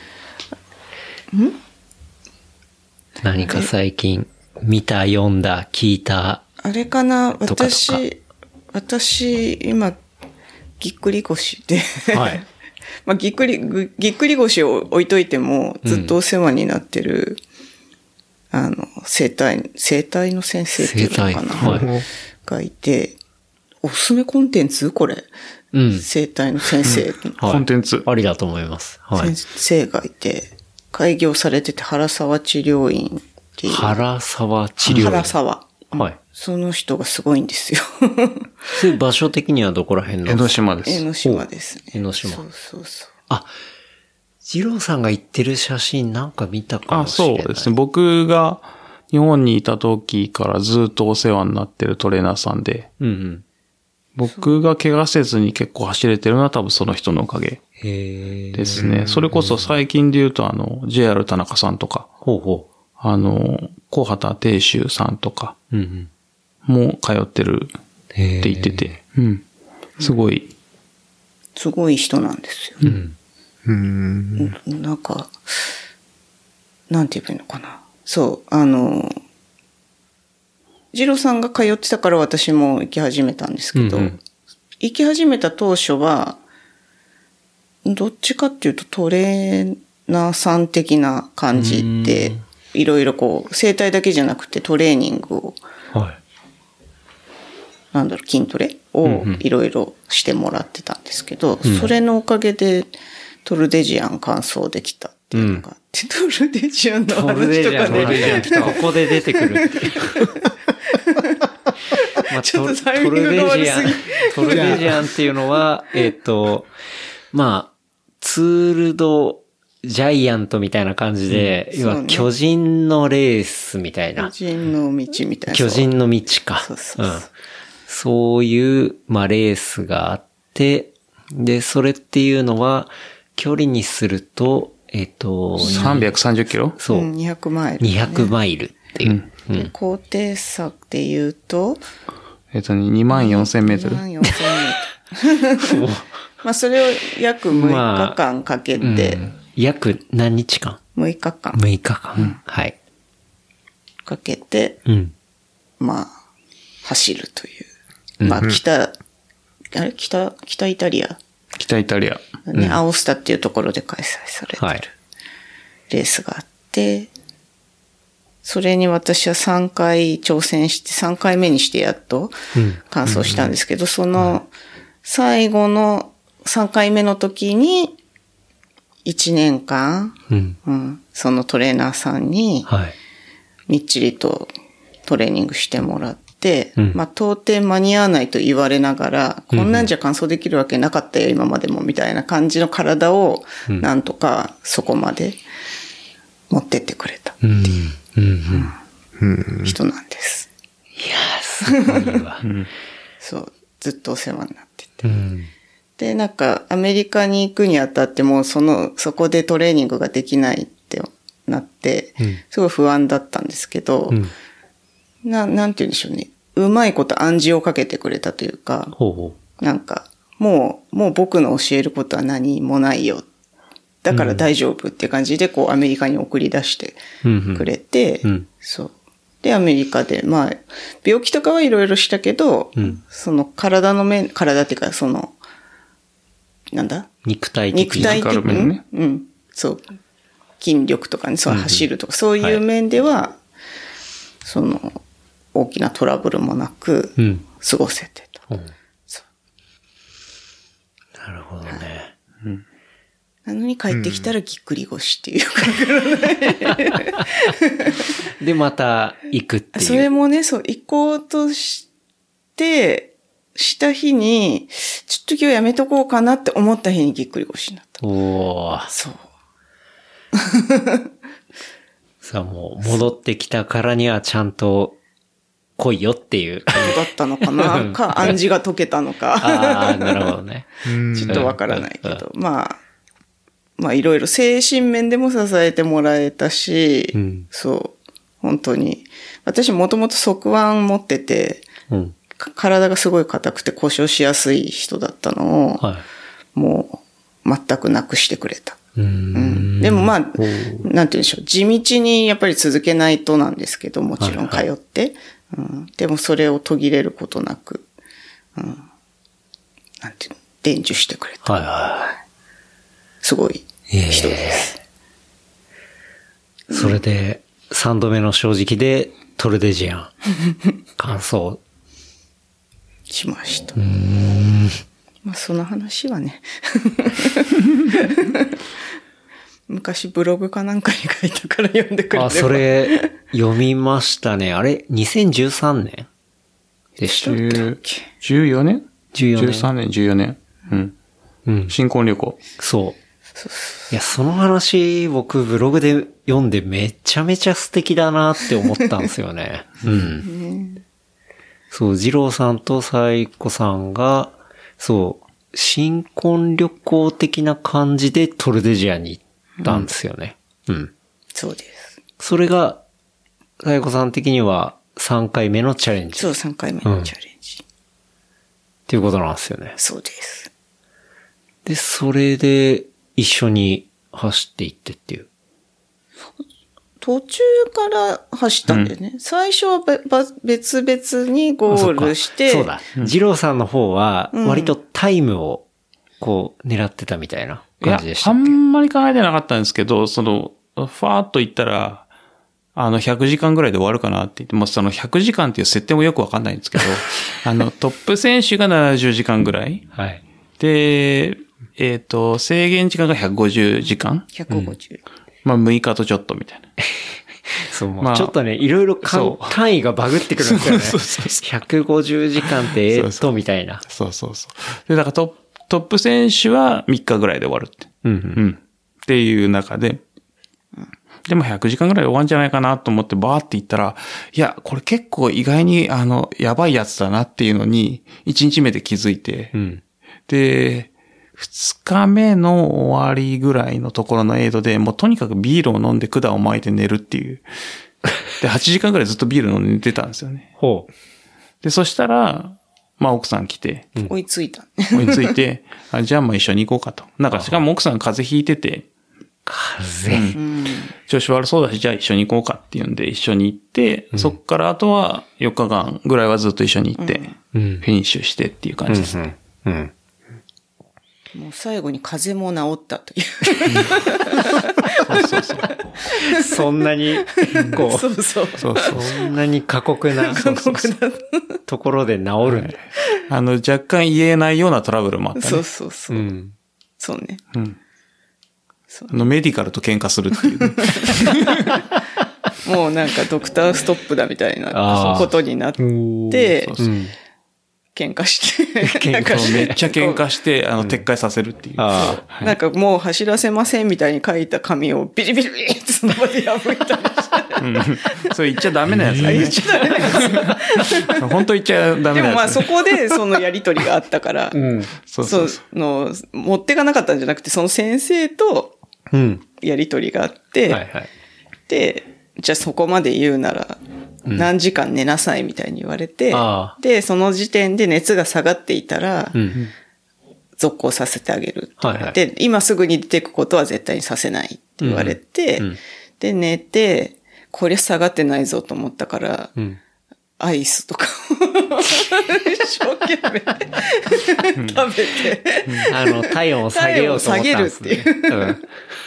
何か最近見た、読んだ、聞いた。 あれかな、私、私、今、ぎっくり腰で。はい。まあ、ぎっくり、ぎっくり腰を置いといても、ずっとお世話になってる、うん、あの、生体、生体の先生っていうのかな、はい、がいて、おすすめコンテンツこれ。うん。生体の先生、うんはい。コンテンツ。 ありだと思います。 はい。先生がいて、開業されてて、原沢治療院。 原沢治療院。 原沢。 はい。 その人がすごいんですよ。 それ場所的にはどこら辺の？ 江ノ島です。 江ノ島ですね。 江ノ島。 そうそうそう。 あ、二郎さんが行ってる写真なんか見たかもしれない。 あ、そうですね。僕が日本にいた時からずっとお世話になってるトレーナーさんで、うんうん、僕が怪我せずに結構走れてるのは多分その人のおかげですね。それこそ最近で言うとあの ジェイアール 田中さんとか、 ほうほうあの、小畑定州さんとかも通ってるって言ってて、うん、すごい、 すごい人なんですよ。うん、なんか、なんて言えばいいのかな。そう、あの、二郎さんが通ってたから私も行き始めたんですけど、うんうん、行き始めた当初は、どっちかっていうとトレーナーさん的な感じで、いろいろこう、整体だけじゃなくてトレーニングを、はい、なんだろう、筋トレをいろいろしてもらってたんですけど、うんうん、それのおかげでトルデジアン完走できたっていうのがあって、うん、トルデジアンの話とかね。 ここで出てくるっていう。まあ、ちょっとタイミングが悪すぎ。トルデジアンっていうのは、えっと、まあ、ツールドジャイアントみたいな感じで、うん、要は巨人のレースみたいな。 巨人の道みたいな。 巨人の道か。 そうそうそう、うん。 そういう、まあ、レースがあって、で、それっていうのは、距離にすると、えっと、 さんびゃくさんじゅっキロ？ そう。 うん、にひゃくマイル、 ね。にひゃくマイルっていう。 うん、高低差で言うと、 えっと、にまんよんせんメートル。 にまんよんせんメートル。まあ、それを約むいかかんかけて、まあうん、 約何日間 ? むいかかん。 むいかかん。うん、はい。 かけて、うん、まあ、走るという。まあ、北、あれ北、北イタリア。 北イタリア。 ね、うん、アオスタっていうところで開催されてるレースがあって、それに私はさんかい挑戦して、さんかいめにしてやっと完走したんですけど、その最後のさんかいめの時に、いちねんかん、 うんうん、そのトレーナーさんに、 はい。 みっちりとトレーニングしてもらって、 うんまあ、到底間に合わないと言われながら、こんなんじゃ完走できるわけなかったよ、今までも、みたいな感じの体を、なんとかそこまで持ってってくれたうん。うん。うん。 人なんです。 いやー、すごいわ。 そう、ずっとお世話になってて。 うん。 で、なんか、アメリカに行くにあたっても、その、そこでトレーニングができないってなって、 うんすごい不安だったんですけど、 うん。 な、なんて言うんでしょうね。うまいこと暗示をかけてくれたというか、 ほうほなんか、もう、もう僕の教えることは何もないよ。だから大丈夫っていう感じで、こう、アメリカに送り出してう。うん。 くれて、 うんうんそう。で、アメリカで、まあ、病気とかはいろいろしたけど、 うんその体の面、体っていうか、その、なんだ肉体的肉体的フィジカル面ねに、うん、そう。筋力とかね、そううんうん走るとか、そういう面では、その、大きなトラブルもなく、 うん。 過ごせてと。 ほうそなるほどね。 うなのに帰ってきたらぎっくり腰っていうか、 で、また行くっていう。 それもね、そう、行こうとして、した日に、ちょっと今日やめとこうかなって思った日にぎっくり腰になった。 おー。 そう。 さあもう戻ってきたからにはちゃんと来いよっていう。 だったのかなか、暗示が解けたのか。 ああ、なるほどね。 ちょっとわからないけど、まあ、まあいろいろ精神面でも支えてもらえたし、 うんそう、本当に。私もともと側腕持ってて、 うん。 か体がすごい硬くて故障しやすい人だったのを、 はもう全くなくしてくれた。 い。うーうんん。 でもまあ、なんて言うんでしょう。地道にやっぱり続けないとなんですけど、もちろん通はいって。うん、でもそれを途切れることなく、うん、なんていうの、伝授してくれた。 はいはすごいい。いえ人です。 それで、三度目の正直でトルデジアン。感想。 しました。 うーん。 まあその話はね。昔ブログかなんかに書いたから読んでくれれば。 あ、それ、読みましたね。あれ、にせんじゅうさんねんでした。 だっ 10 けじゅうよねんじゅうよねん ?じゅうさんねん、じゅうよねん。うん。 うん。 新婚旅行。 そう。いや、その話、僕ブログで読んでめちゃめちゃ素敵だなって思ったんですよね。うん。そう、二郎さんとサイコさんが、そう、新婚旅行的な感じでトルデジアに行ったんですよね。うん。 そうです。 それが、サイコさん的にはさんかいめのチャレンジ。 そう、さんかいめのチャレンジ。 っていうことなんですよね。 そうです。 で、それで一緒に走っていってっていう。 途中から走ったんだよね。最初はべば別々にゴールして。 そうかそうだ。二郎さんの方は、割とタイムを、こう、狙ってたみたいない感やじでし、たあっけ。 んまり考えてなかったんですけど、その、ファーっと言ったら、あの、ひゃくじかんぐらいで終わるかなって言って、もうそのひゃくじかんっていう設定もよくわかんないんですけど、あの、トップ選手がななじゅうじかんぐらい。 はい。 で、えっ、と、制限時間がひゃくごじゅうじかん。 ひゃくごじゅう。 まあ、むいかとちょっとみたいな。 そう、もうまあちょっとね、いろいろかんそう単位がバグってくるんですよね。 そうそうそひゃくごじゅうじかんって、えーっと、 そうそうみたいな。 そうそうそう。で、だからトップ、トップ選手はみっかぐらいで終わるって。 うんうん。っていう中で、でもひゃくじかんぐらいで終わるんじゃないかなと思ってバーって言ったら、いや、これ結構意外にあの、やばいやつだなっていうのに、いちにちめで気づいて、 うん。うん。 で、ふつかめの終わりぐらいのところのエイドで、もうとにかくビールを飲んで管を巻いて寝るっていう。で、はちじかんぐらいずっとビール飲んで寝てたんですよね。 ほう。 で、そしたら、まあ奥さん来て、 追いついた。 追いついて、あじゃあまあ一緒に行こうかと。なんか、しかも奥さん風邪ひいてて、 風。 うん。 調子悪そうだし、じゃあ一緒に行こうかっていうんで一緒に行って、そっからあとはよっかかんぐらいはずっと一緒に行って、 うんフィニッシュしてっていう感じです。 うん。うん。 もう最後に風邪も治ったという。 そうそうそう。 そんなに、こう、 そうそう。 そうそうそう。 そんなに過酷な過酷な。 ところで治るんだ。 あの、若干言えないようなトラブルもあったね。 そうそうそうう。 ん。 そうね。 うん。 そうあの、メディカルと喧嘩するっていうね。 もうなんかドクターストップだみたいなあーことになって、 そうそううん。 喧嘩して、 喧嘩そうめっちゃ喧嘩して、あの、撤回させるっていう。 あなんかもう走らせませんみたいに書いた紙をビリビリビリってその場で破いたりして。 うん。それ言っちゃダメなやつだね。 言っちゃダメなやつ。 本当言っちゃダメなやつ。 でもまあそこでそのやりとりがあったから、 うん。 そうそそううそう。 の、持ってかなかったんじゃなくて、その先生とうん。 やりとりがあって、 はいはい。 で、じゃあそこまで言うなら、何時間寝なさいみたいに言われて、 ああで、その時点で熱が下がっていたら、 うん。 続行させてあげるって言われはいて、今すぐに出てくことは絶対にさせないって言われて、 うんうんで、寝て、これ下がってないぞと思ったから、 うん。 アイスとかを一生懸命食べて、 あの、体温を下げようと思ったんですね。 体温を下げるってうん。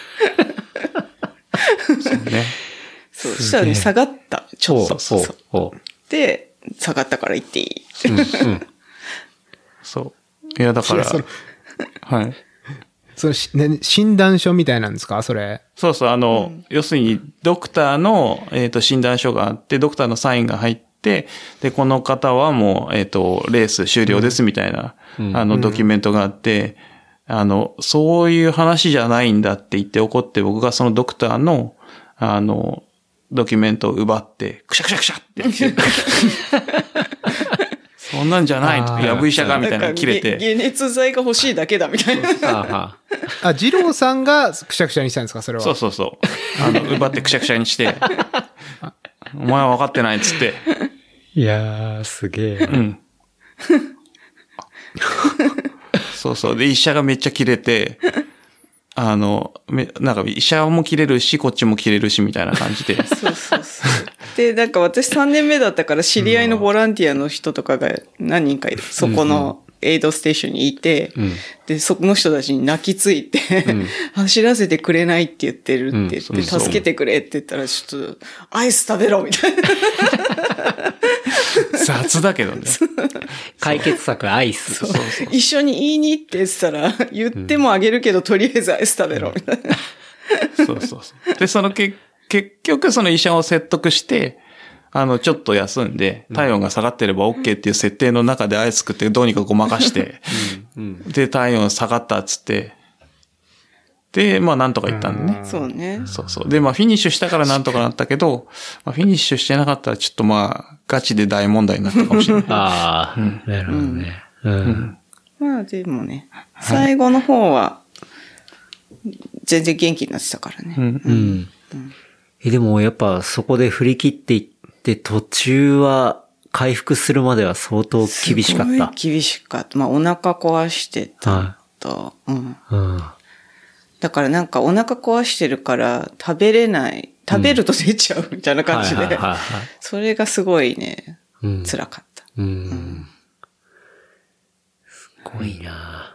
そうね。 そう、そしたらね、下がった。ちょっと。 そうそうそで、下がったから行っていい。 う。うん。うん。 そう。いや、だから、 そのはい。 そのし、ね、診断書みたいなんですかそれ。 そうそう、あの、要するに、ドクターの、えっと、診断書があって、ドクターのサインが入って、で、この方はもう、えっと、レース終了ですみたいな、あの、ドキュメントがあって、あの、そういう話じゃないんだって言って怒って、僕がそのドクターの、あの、ドキュメントを奪って、くしゃくしゃくしゃってやって。そんなんじゃないと。 あーやぶ医者がみたいなの切れなんかて。 解熱剤が欲しいだけだみたいな。 ああ、二郎さんがくしゃくしゃにしたんですかそれは。 そうそうそう。あの、奪ってくしゃくしゃにして、お前は分かってないっつって。 いやー、すげえ。 うん。そうそう。で、医者がめっちゃ切れて、あの、め、なんか医者も切れるし、こっちも切れるし、みたいな感じで。 そうそうそう。で、なんか私さんねんめだったから知り合いのボランティアの人とかが何人かいる。そこのエイドステーションにいて、 んで、その人たちに泣きついて、走らせてくれないって言ってるって言って、 うんそうそう助けてくれって言ったら、ちょっと、アイス食べろみたいな。 雑だけどね。 解決策アイス。 そうそう。 一緒に言いに行ってって言ったら、言ってもあげるけど、とりあえずアイス食べろみたいな。 そうそうそう。で、そのけ、結局その医者を説得して、あの、ちょっと休んで、体温が下がってれば OK っていう設定の中でアイス食ってどうにかごまかして、で、体温下がったっつって、で、まあなんとか言ったんでね。 そうね。 そうそう。で、まあフィニッシュしたからなんとかなったけど、まあ、フィニッシュしてなかったらちょっとまあ、ガチで大問題になったかもしれない。 ああ、なるほどね。うん。 まあでもね、最後の方は、全然元気になってたからね。 うんうん。え、でもやっぱそこで振り切っていって途中は回復するまでは相当厳しかっすごいた。 厳しかった。まあお腹壊してた。 はうん。 い。うん。 だからなんかお腹壊してるから食べれない。食べると出ちゃうみたいな感じで。 はいはいはいはい。 それがすごいね、 うん。 辛かった。 うん。すごいな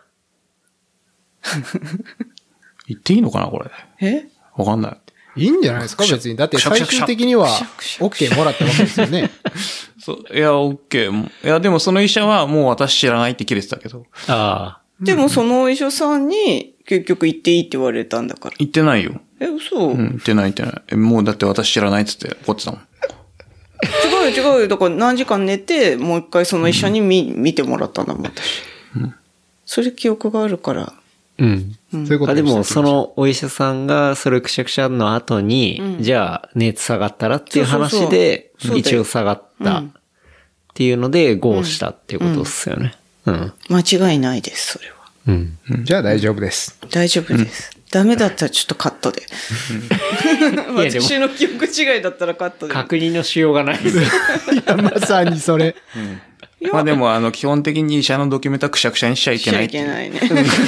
言っていいのかなこれ。 えわかんない。 いいんじゃないですか別に。だって最くしゃくしゃくしゃ終的にはくしゃくしゃくしゃ OK もらったわけですよね。 そう、いや、OK。いや、でもその医者はもう私知らないって切れてたけど。 あ。あでもそのお医者さんに結局行っていいって言われたんだから。 言ってないよ。 え、嘘、 うん、言ってない言ってない。えもうだって私知らないっつって怒ってたもん。 違うよ違うよ。だから何時間寝て、もう一回その医者に見、見てもらったんだもん、私。それ記憶があるから。 うん。 そういうことあ、でも、 すそのお医者さんが、それくしゃくしゃの後に、 うんじゃあ、熱下がったらっていう話でそうそうそう、 一応下がったうんっていうので、ゴーしたっていうことっすよね。うん。 間違いないです、それは。 うん。 じゃあ大丈夫です。 大丈夫です。ダメだったらちょっとカットで。 いやでも私の記憶違いだったらカットで。 確認のしようがないです。 いや、まさにそれ。 いやまあでも、あの、基本的に医者のドキュメントはくしゃくしゃにしちゃいしちゃけないっていう。 いけないね。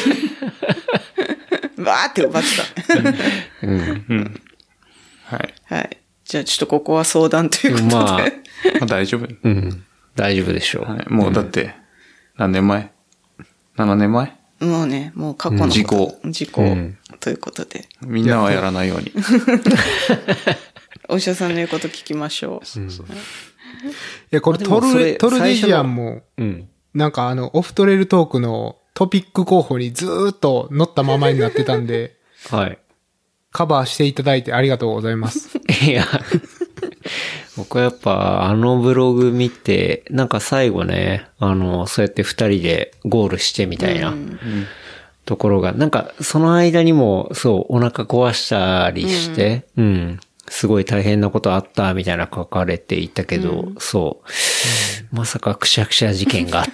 わーって奪ってうん。 はい。 た。はい。じゃあちょっとここは相談ということで。 まあまあ大丈夫。 うん。大丈夫でしょう。 はい。もうだって、何年前 ?なな 年前もうね、もう過去のこと。 時効時効。 うんということで。 みんなはやらないように。 お医者さんの言うこと聞きましょう。 うん、いや、これトル、トルデジアンも、うん、なんかあの、オフトレイルトークのトピック候補にずーっと載ったままになってたんで、 はい。 カバーしていただいてありがとうございます。 いや、僕はやっぱあのブログ見て、なんか最後ね、あの、そうやって二人でゴールしてみたいな、うんところが、なんかその間にも、そう、お腹壊したりして、うん、うんすごい大変なことあったみたいな書かれていたけど、うん、そう、うん。まさかくしゃくしゃ事件があった。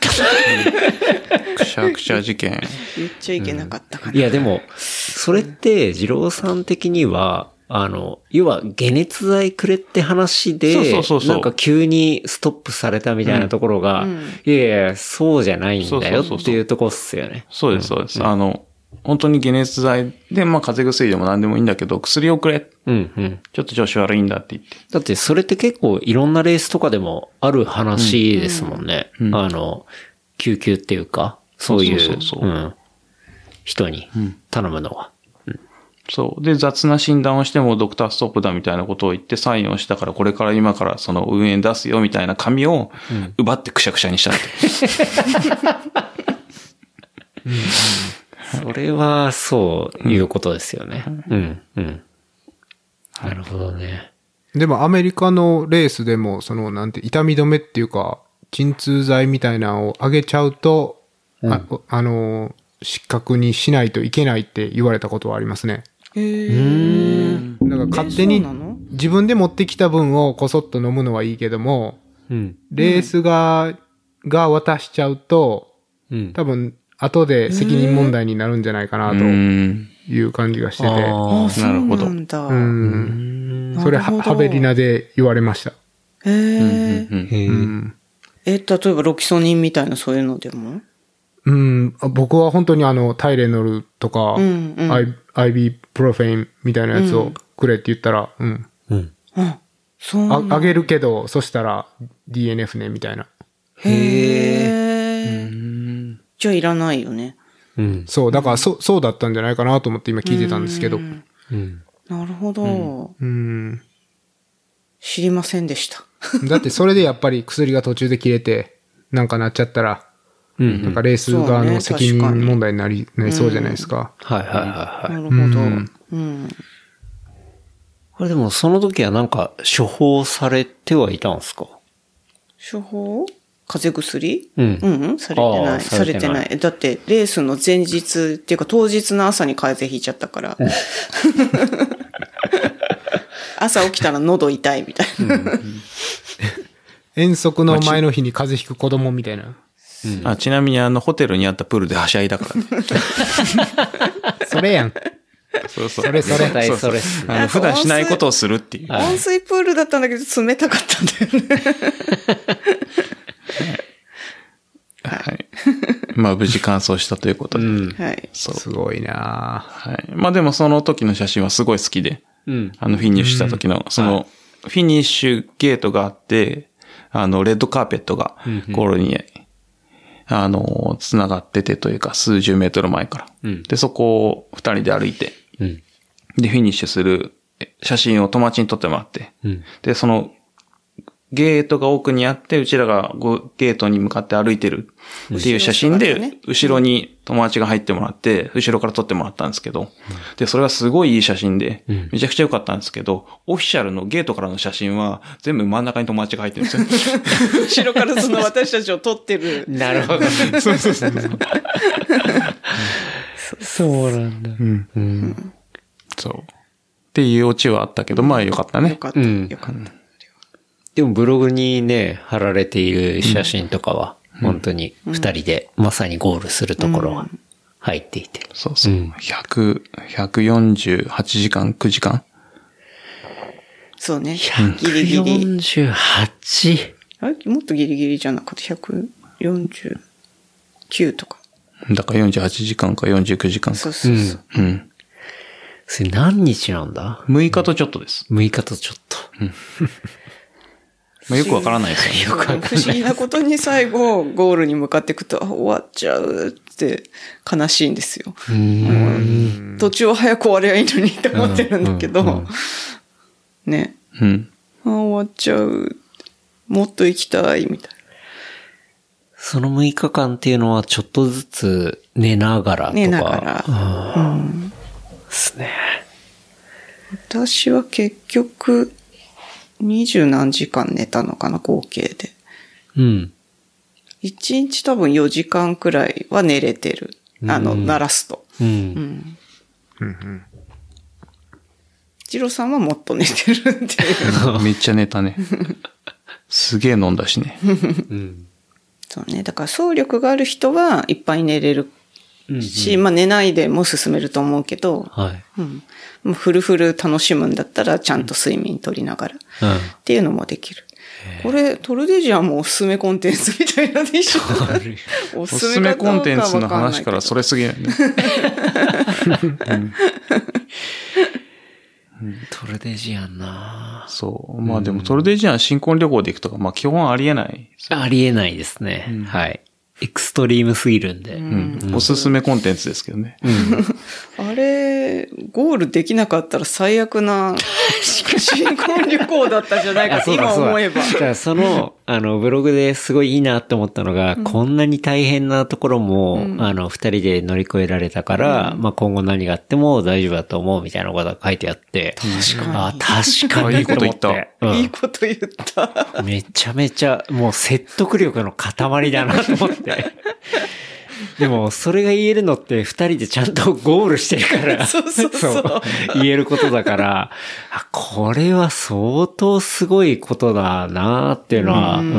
くしゃくしゃ事件。 言っちゃいけなかったかな。 うん、いやでも、それって、二郎さん的には、あの、要は解熱剤くれって話で、そうそうそうそうなんか急にストップされたみたいなところが、うん、いやいや、そうじゃないんだよっていうとこっすよね。 そうです、そうです。うん、あの、本当に解熱剤で、まあ風邪薬でも何でもいいんだけど、薬をくれ。うんうん。ちょっと調子悪いんだって言って。 だってそれって結構いろんなレースとかでもある話ですもんね。うんうん、あの、救急っていうか、そういう、そうそうそう、うん、人に頼むのは、うん。 そう。で、雑な診断をしてもドクターストップだみたいなことを言ってサインをしたからこれから今からその運営に出すよみたいな紙を奪ってくしゃくしゃにしたって。 うんそれは、そういうことですよね。うん、うん。なるほどね。 でもアメリカのレースでも、その、なんて、痛み止めっていうか、鎮痛剤みたいなのをあげちゃうと、うん、あ, あの、失格にしないといけないって言われたことはありますね。へー。だから勝手に自分で持ってきた分をこそっと飲むのはいいけども、うん、レースが、が渡しちゃうと、うん、多分、後で責任問題になるんじゃないかなという感じがしてて。 ああ、なるほど。うん。 それは、ハベリナで言われました。へえ。 え、例えばロキソニンみたいなそういうのでもうん。僕は本当にあの、タイレノルとか、うんうん、アイ、アイビープロフェインみたいなやつをくれって言ったら、うん。うん。あ、そうなんだ。あ、あげるけど、そしたら ディーエヌエフ ね、みたいな。へえ。 うんじゃあいらないよね。 うん。そう、だからそ、そうだったんじゃないかなと思って今聞いてたんですけど。うん。 うん、なるほど、うん。うん。知りませんでした。 だってそれでやっぱり薬が途中で切れて、なんかなっちゃったら、うん、なんかレース側の責任問題になり、なりそうじゃないですか。 はいはいはいはい。 なるほど。うん。うん、 これでもその時はなんか処方されてはいたんですか？ 処方？風邪薬？うん。うん、うん、されてない。されてない。だって、レースの前日っていうか当日の朝に風邪ひいちゃったから。朝起きたら喉痛いみたいな。うんうん、 遠足の前の日に風邪ひく子供みたいな。 うん、あちなみにあの、ホテルにあったプールではしゃいだからね。 それやん。 そうそう。 それそれ。 そうそう。 あの、普段しないことをするっていう。 温水プールだったんだけど冷たかったんだよね。 はい。まあ無事完走したということで。うん、 はい。 そう。すごいなはい。まあでもその時の写真はすごい好きで。うん。あのフィニッシュした時の、うん、その、フィニッシュゲートがあって、あの、レッドカーペットがゴールに、うん、あの、繋がっててというか、数十メートル前から。うん、で、そこを二人で歩いて、うん、で、フィニッシュする写真を友達に撮ってもらって、うん、で、その、ゲートが奥にあって、うちらがゲートに向かって歩いてるっていう写真で、後ろに友達が入ってもらって、後ろから撮ってもらったんですけど、で、それはすごいいい写真で、めちゃくちゃ良かったんですけど、オフィシャルのゲートからの写真は、全部真ん中に友達が入ってるんですよ。 後ろからその私たちを撮ってる。 なるほど。 そうそうそう。 そうなんだ。うん。うん、 そう。っていうオチはあったけど、まあ良かったね。 良かった。良かった。 でもブログにね、貼られている写真とかは、うん、本当に二人でまさにゴールするところが入っていて。うん、 そうそう。うん、ひゃく、ひゃくよんじゅうはちじかん、くじかんそうね。 ギリギリ。ひゃくよんじゅうはち? あれもっとギリギリじゃなくてひゃくよんじゅうきゅうとか。 だからよんじゅうはちじかんかよんじゅうくじかんか。 そうそうそう。うん。うん、 それ何日なんだ ? むいかとちょっとです。 むいかとちょっと。うんまあ、よくわからないですよね。 よくわかんない。不思議なことに最後、ゴールに向かっていくと、あ、終わっちゃうって悲しいんですよ。うん途中は早く終わりゃいいのにって思ってるんだけど、うんうんうん、ね。 うん、 あ、終わっちゃう。もっと行きたい、みたいな。 そのむいかかんっていうのはちょっとずつ寝ながらとか。 寝ながら。うん。 ですね。 私は結局、二十何時間寝たのかな、合計で。 うん。 一日多分よじかんくらいは寝れてる。あの、鳴らすと。うん。うんうん。ジローさんはもっと寝てるっていう。 めっちゃ寝たね。すげえ飲んだしね。うん、そうね。だから総力がある人はいっぱい寝れるし、うんうん、まあ寝ないでも進めると思うけど、 はい。 うん。もうフルフル楽しむんだったらちゃんと睡眠取りながら、うん、っていうのもできる。これ、トルデジアもおすすめコンテンツみたいなでしょ。 おすすめコンテンツの話からそれすぎないね。 うん、トルデジアンなそう。まあでもトルデジアン新婚旅行で行くとか、まあ基本ありえない。 ありえないですね。うん、はい。エクストリームすぎるんで。 うんうん、おすすめコンテンツですけどね。 うん、あれ、ゴールできなかったら最悪な新婚旅行だったんじゃないかって今思えば。 じゃあその、あの、ブログですごいいいなって思ったのが、うん、こんなに大変なところも、うん、あの、二人で乗り越えられたから、うん、まあ今後何があっても大丈夫だと思うみたいなことが書いてあって。 確かに。 あ、確かに。 いいこと言った。 うん、いいこと言った。 めちゃめちゃ、もう説得力の塊だなと思って。でも、それが言えるのって二人でちゃんとゴールしてるから、 そうそうそう。そう言えることだから、あ、これは相当すごいことだなっていうのは、うん、うん、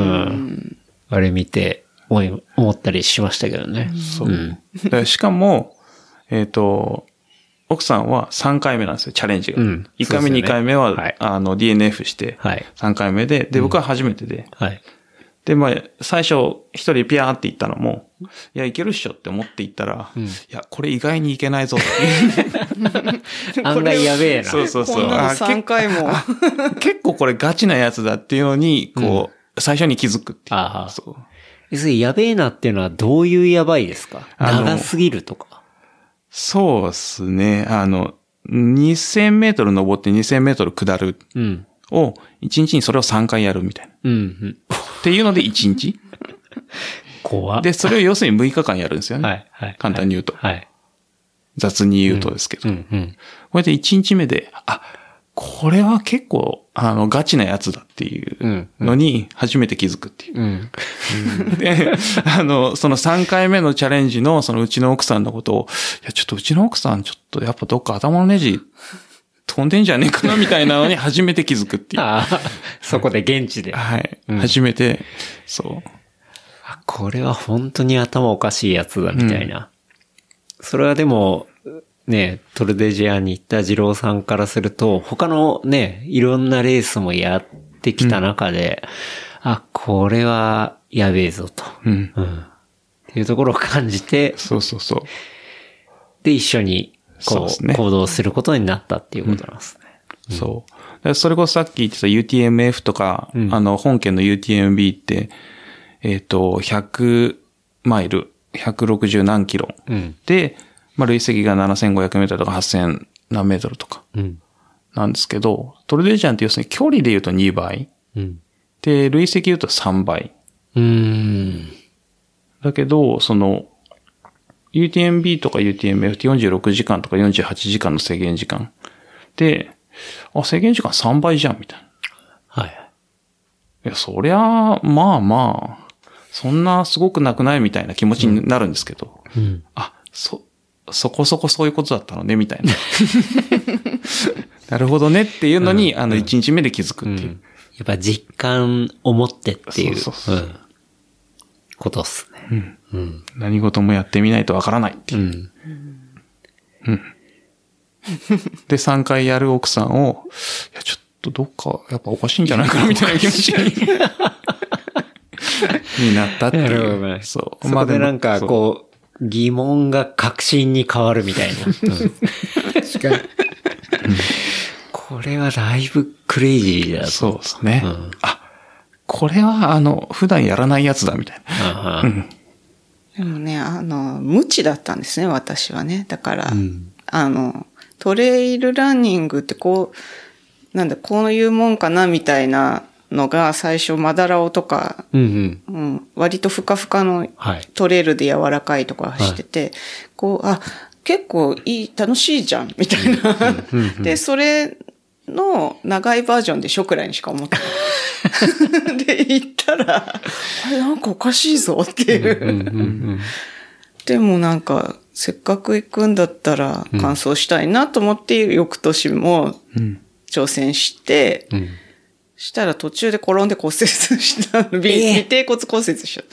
あれ見て思い、思ったりしましたけどね。 そう。うん、だからしかも、えっと、奥さんはさんかいめなんですよ、チャレンジが。うん、いっかいめ、ね、にかいめは、はい、あの、ディーエヌエフ して、さんかいめで、で、僕は初めてで、 はい。 で、まあ、最初、一人ピャーって言ったのも、いや、いけるっしょって思って言ったら、うん、いや、これ意外にいけないぞって案外やべえな。 そうそうそう。 さんかいも。 結構これガチなやつだっていうのに、こう、うん、最初に気づくっていう。 ああ。そう。要するにやべえなっていうのはどういうやばいですか？長すぎるとか。 そうですね。あの、にせんメートル登ってにせんメートル下る。うん。を、いちにちにそれをさんかいやるみたいな。 うん、うん。 っていうのでいちにち怖っ。 で、それを要するにむいかかんやるんですよね。 はい、はい。 簡単に言うと。 はい。 雑に言うとですけど。 うん、うん、うん。 これでいちにちめで、あ、これは結構、あの、ガチなやつだっていうのに、初めて気づくっていう。うんうん、で、あの、そのさんかいめのチャレンジの、そのうちの奥さんのことを、いや、ちょっとうちの奥さん、ちょっとやっぱどっか頭のネジ、飛んでんじゃねえかなみたいなのに初めて気づくっていう。 ああ、そこで現地で。 はい。うん、初めて、そう。 あ、これは本当に頭おかしいやつだみたいな。うん、それはでも、ね、トルデジアに行った二郎さんからすると、他のね、いろんなレースもやってきた中で、うん、あ、これはやべえぞと。うん。うん。っていうところを感じて、 そうそうそう。 で、一緒に、こう、ね、行動することになったっていうことなんですね。 うん、そう。それこそさっき言ってた ユーティーエムエフ とか、うん、あの、本件の ユーティーエムビー って、えっと、ひゃくマイル、ひゃくろくじゅう何キロ。うん、で、まあ、累積がななせんごひゃくメートルとかはっせん何メートルとか。なんですけど、うん、トルデジアンって要するに距離で言うとにばい。うん、で、累積言うとさんばい。 うーん。 だけど、その、ユーティーエムビー とか ユーティーエムエフ ってよんじゅうろくじかんとかよんじゅうはちじかんの制限時間。で、あ、制限時間さんばいじゃん、みたいな。 はい。 いや、そりゃ、まあまあ、そんなすごくなくないみたいな気持ちになるんですけど。うん、あ、そ、そこそこそういうことだったのね、みたいな。なるほどねっていうのに、うん、あの、いちにちめで気づくっていう。うん、 やっぱ実感を持ってっていう。そうそうそう。うん、ことっすね。 うんうん、何事もやってみないとわからないっていう。うんうん、で、さんかいやる奥さんを、いや、ちょっとどっか、やっぱおかしいんじゃないかなみたいな気持ちにになったっていう。 ね、そう。そこでなんか、こう、疑問が確信に変わるみたいな。うん、確かに。これはだいぶクレイジーだと。 そうですね。うん、あ、 これはあの、普段やらないやつだみたいな。うん、 でもね、あの、無知だったんですね、私はね。だから、うん、あの、トレイルランニングってこう、なんだ、こういうもんかなみたいなのが最初マダラオとか、うんうんうん、割とふかふかのトレイルで柔らかいとか走ってて、はい、こう、あ、結構いい、楽しいじゃん、みたいな。うんうんうん、で、それの長いバージョンでしょくらいにしか思ってない。で、行ったら、あれなんかおかしいぞっていう。うんうんうん、でもなんか、せっかく行くんだったら完走したいなと思って、翌年も挑戦して、うんうん、したら途中で転んで骨折したの。尾てい骨骨折しちゃった。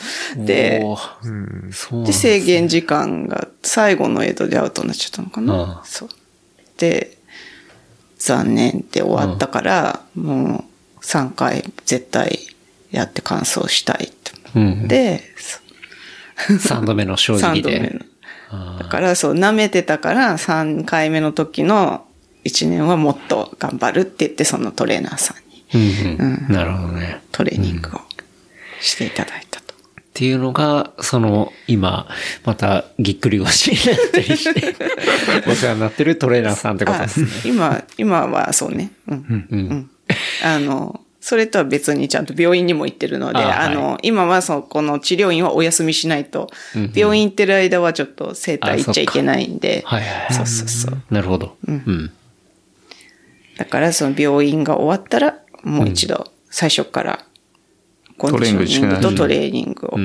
で、うん、で、制限時間が最後のエイドでアウトになっちゃったのかな。そう。で、残念って終わったから、もうさんかい絶対やって完走したいって。うん、で、 さんどめの正直で。さんどめの。 だからそう、舐めてたからさんかいめの時のいちねんはもっと頑張るって言って、そのトレーナーさんに。 うんうんうん、なるほどね。 トレーニングをしていただいたと。 っていうのが、その、今、またぎっくり腰になったりして、お世話になってるトレーナーさんってことですね。 今、今はそうね。うん。うんうん、あの、それとは別にちゃんと病院にも行ってるので、あ, あの、はい、今はそこの治療院はお休みしないと、うんうん、病院行ってる間はちょっと整体行っちゃいけないんで、 はいはいはい、 そうそうそう。 なるほど。 うん。うん、だからその病院が終わったら、もう一度最初からコンディショニングとトレーニングを、うんうん、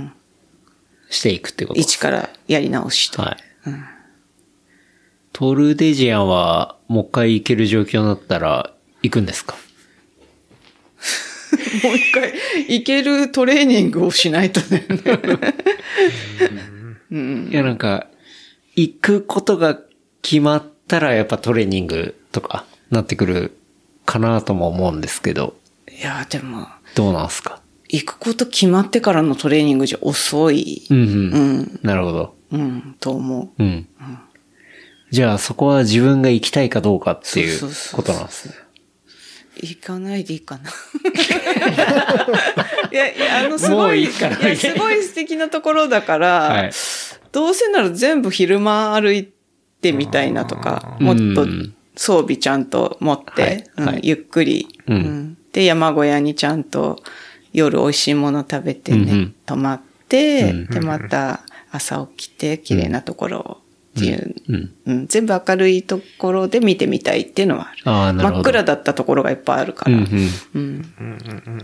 していくってことです。 一からやり直しと。はいうん、 トルデジアンはもう一回行ける状況になったら行くんですか？ もう一回行けるトレーニングをしないとね。 うん、いやなんか、行くことが決まったらやっぱトレーニングとかなってくるかなとも思うんですけど。 いや、でも。 どうなんすか？ 行くこと決まってからのトレーニングじゃ遅い。 うんうん。うん、なるほど。 うん、と思う。 うん。うん、じゃあそこは自分が行きたいかどうかっていうことなんですね。 行かないでいいかな。いや、いや、あの、すごい、いいかいや、すごい素敵なところだから、はい、どうせなら全部昼間歩いてみたいなとか、もっと装備ちゃんと持って、はいうんはい、ゆっくり、うんうん、で、山小屋にちゃんと夜美味しいもの食べてね、うんうん、泊まって、うん、で、また朝起きて綺麗なところを、っていう、うんうん、全部明るいところで見てみたいっていうのはある。あなるほど真っ暗だったところがいっぱいあるから。うんうんうん、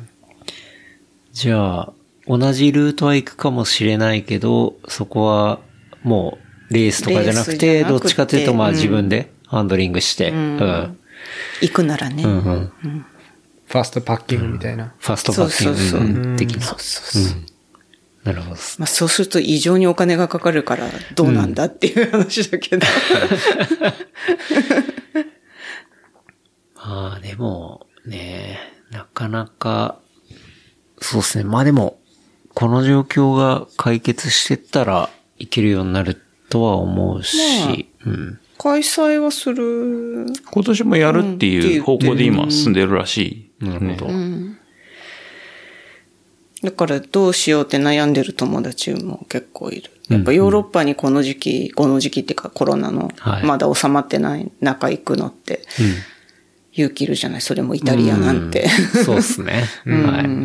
じゃあ、同じルートは行くかもしれないけど、そこはもうレースとかじゃなくて、なくてどっちかというとまあ自分でハンドリングして、うんうんうん、 行くならね、うんうんうん。 ファストパッキングみたいな。うん、 ファストパッキングそうそうそう的な。そうそうそう。うんなるほど。 まあそうすると異常にお金がかかるからどうなんだっていう話だけど。 うん、まあでもね、なかなか、そうですね。まあでも、この状況が解決してったらいけるようになるとは思うし、まあうん、 開催はする。 今年もやるっていう方向で今進んでるらしい。 なるほど。うんだからどうしようって悩んでる友達も結構いる。やっぱヨーロッパにこの時期、この時期っていうかコロナのまだ収まってない中行くのって勇気いるじゃない。それもイタリアなんて。 うん、そうですね。はい、うん。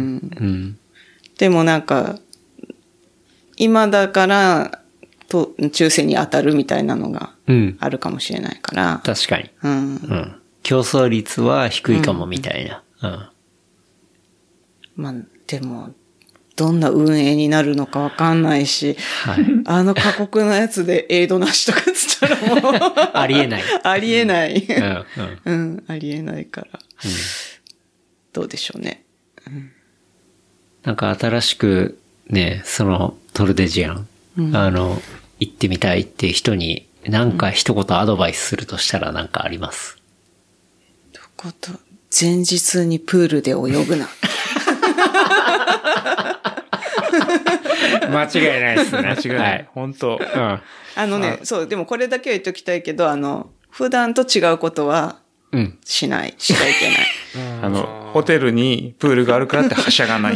でもなんか今だからと抽選に当たるみたいなのがあるかもしれないから。 うん、確かに、うんうん。競争率は低いかもみたいな。うん。うん、 まあでも。どんな運営になるのかわかんないし、はい、あの過酷なやつでエイドなしとかっつったらもうありえない。 ありえない、うんうんうん。ありえないから、うん。どうでしょうね、うん。 なんか新しくね、そのトルデジアン、うん、あの、行ってみたいって人になんか一言アドバイスするとしたらなんかあります。 どこと、前日にプールで泳ぐな。 間違いないですね。 間違いない。はい、本当。うん。 あのね、そう、でもこれだけは言っときたいけど、あの、普段と違うことはうん。しない、しちゃいけない。 あの、ホテルにプールがあるからってはしゃがない。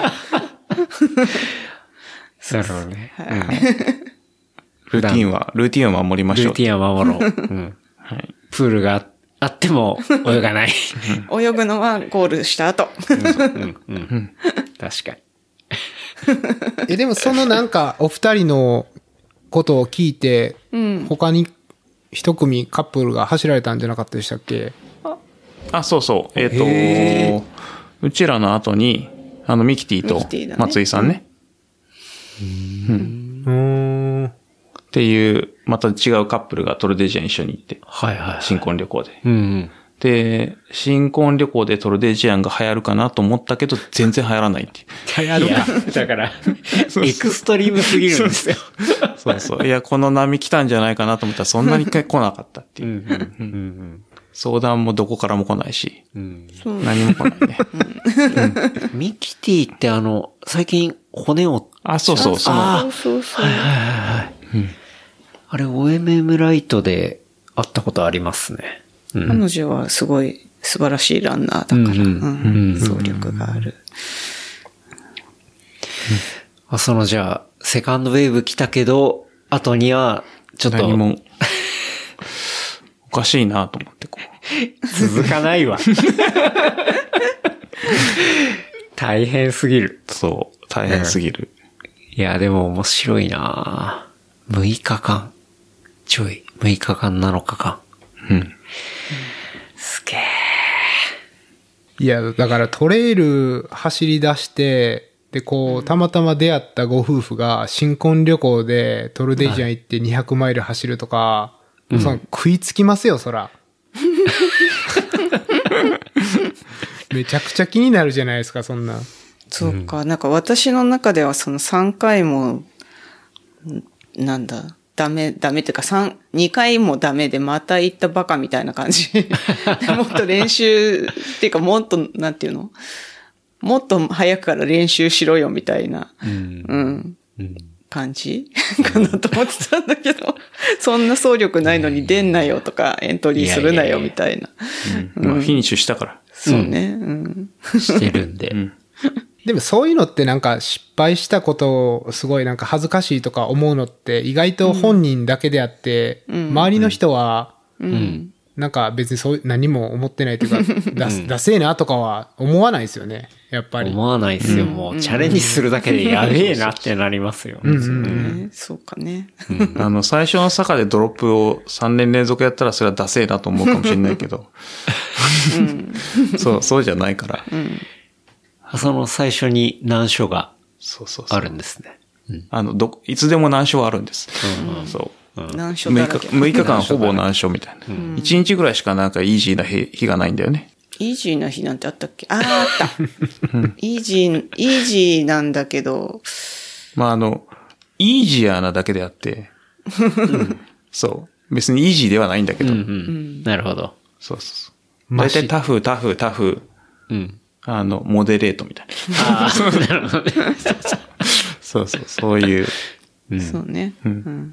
なるほどね。はい、 ルーティンは、ルーティンを守りましょう。 ルーティンは守ろう。うん。はい。プールがあっても泳がない。 泳ぐのはゴールした後。うんうんうん、確かに。 え、でもそのなんか、お二人のことを聞いて、うん、他に一組カップルが走られたんじゃなかったでしたっけ？ あ、あそうそう。えっ、ー、と、うちらの後に、あの、ミキティと松井さんね。うん。うん。っていう、また違うカップルがトルデジアン一緒に行って。 はいはい、はい。 新婚旅行で。 うん、うん。 で、新婚旅行でトルデジアンが流行るかなと思ったけど、全然流行らないっていう。 流行るか。だから、エクストリームすぎるんですよ。 そうそう。いや、この波来たんじゃないかなと思ったら、そんなに一回来なかったっていう。うんうんうんうん、相談もどこからも来ないし。うん、何も来ないね。 うん、ミキティってあの、最近骨を。 あ、そうそう。そのあ、そうそう。はいはいはい。 うん、あれ、オーエムエム ライトで会ったことありますね。 うん、彼女はすごい素晴らしいランナーだから、うんうんうん、走力がある、うん、 あ。そのじゃあ、セカンドウェーブ来たけど、後には、ちょっと。 何も、おかしいなと思ってこう。続かないわ。大変すぎる。 そう、大変すぎる。 いや、でも面白いなむいかかん。ちょい。むいかかん、なのかかん。うん。すげえ。 いや、だからトレイル走り出して、で、こう、たまたま出会ったご夫婦が新婚旅行でトルデジアン行ってにひゃくマイル走るとか、はい、その食いつきますよ、そら。めちゃくちゃ気になるじゃないですか、そんな。 そうか、なんか私の中ではそのさんかいも、なんだ、ダメ、ダメっていうか三、にかいもダメでまた行ったバカみたいな感じ。もっと練習っていうかもっと、なんていうのもっと早くから練習しろよみたいな、うん、うんうん、感じかなと思ってたんだけど、そんな走力ないのに出んなよとかエントリーするなよみたいな。 フィニッシュしたから。 そうね。うん、 してるんで。うんでもそういうのってなんか失敗したことをすごいなんか恥ずかしいとか思うのって意外と本人だけであって、うん、周りの人はなんか別にそう何も思ってないというか、うん、だ, だせえなとかは思わないですよね、やっぱり。 思わないですよ、うん、もうチャレンジするだけでやべえなってなりますよ。 そうかね。 あの最初の坂でドロップをさんねん連続やったらそれはダセえなと思うかもしれないけど、うん、そうそうじゃないから。うんその最初に難所があるんですね。 そうそうそう、うん、あの、ど、いつでも難所あるんです。うんうん、そう。うん、難所だらけ。むいかかんほぼ難所みたいな。うん、いちにちぐらいしかなんかイージーな日がないんだよね。 イージーな日なんてあったっけ？あー、あった。イージー、イージーなんだけど。 まああの、イージアなだけであって、うん、そう。別にイージーではないんだけど。うんうん、 なるほど。 そうそうそう。だいたいタフ、タフ、タフ。うんあの、モデレートみたいな。ああ、なるほどね。そうそう、そういう。 うん、そうね、うんうん。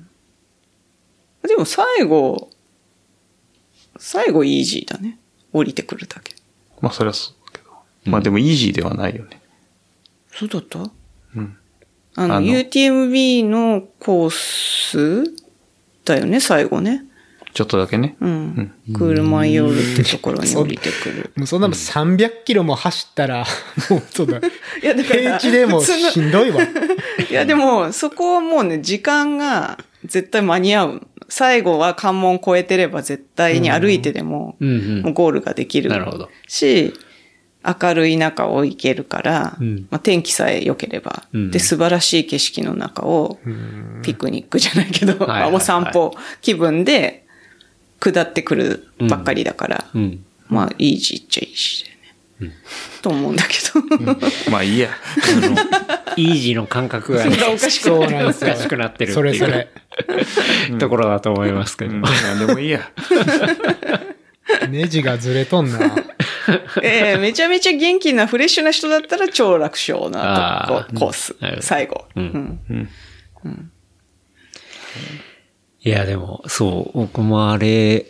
でも最後、最後イージーだね。降りてくるだけ。 まあそれはそうだけど。うん、まあでもイージーではないよね。 そうだった？うん。あの、あの ユーティーエムビー のコースだよね、最後ね。 ちょっとだけね。 うん。うん、クールマンヨールってところに降りてくる。 もうそんなもんさんびゃくキロも走ったら、もうそうだ。いやだから平地でもしんどいわ。 いやでも、そこはもうね、時間が絶対間に合う。最後は関門越えてれば絶対に歩いてでも、うんうん、もうゴールができる。 なるほど。 し、明るい中を行けるから、うん、まあ、天気さえ良ければ、うん、で、素晴らしい景色の中を、ピクニックじゃないけど、はいはいはい、お散歩気分で、下ってくるばっかりだから、うんうん、まあ、イージーっちゃイージーだよね。うん、と思うんだけど。うん、 まあいいや。 あの、イージーの感覚が、ね、 おかしくなってる。 おかしくなってるっていう。 それそれ。 ところだと思いますけど。うん、 なんでもいいや。 ネジがずれとんな。 ええー、めちゃめちゃ元気なフレッシュな人だったら超楽勝なコース。最後。うんうんうんうんいや、でも、そう、僕もあれ、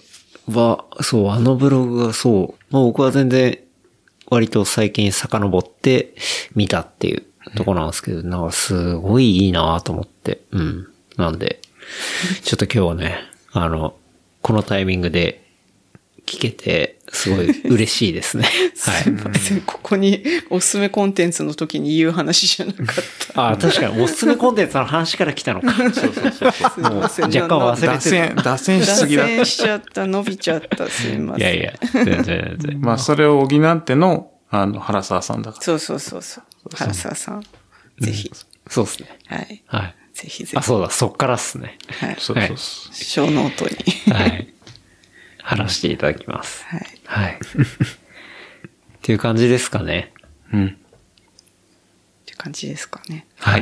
は、そう、あのブログがそう、まあ、僕は全然割と最近遡って見たっていうところなんですけど、なんかすごいいいなと思って、うん。なんで、ちょっと今日はね、あの、このタイミングで聞けて、すごい嬉しいですね。はい。 すいません、ここにおすすめコンテンツの時に言う話じゃなかった。 ああ、確かにおすすめコンテンツの話から来たのか。そうそうそうそう。もう若干忘れて脱線、脱線しすぎだった。 脱線しちゃった、伸びちゃった、すいません。 いやいや、全然全然。 まあ、それを補っての、あの、原沢さんだから。 そうそうそうそう。原沢さん。ぜひ。 そうですね。 はい。 はい。 ぜひぜひ。 あ、そうだ、そっからっすね。 はい。 そうそうそう。 小ノートに。 はい。貼らせていただきます。 はい。 はい。っていう感じですかね。 うん。 って感じですかね。 はい。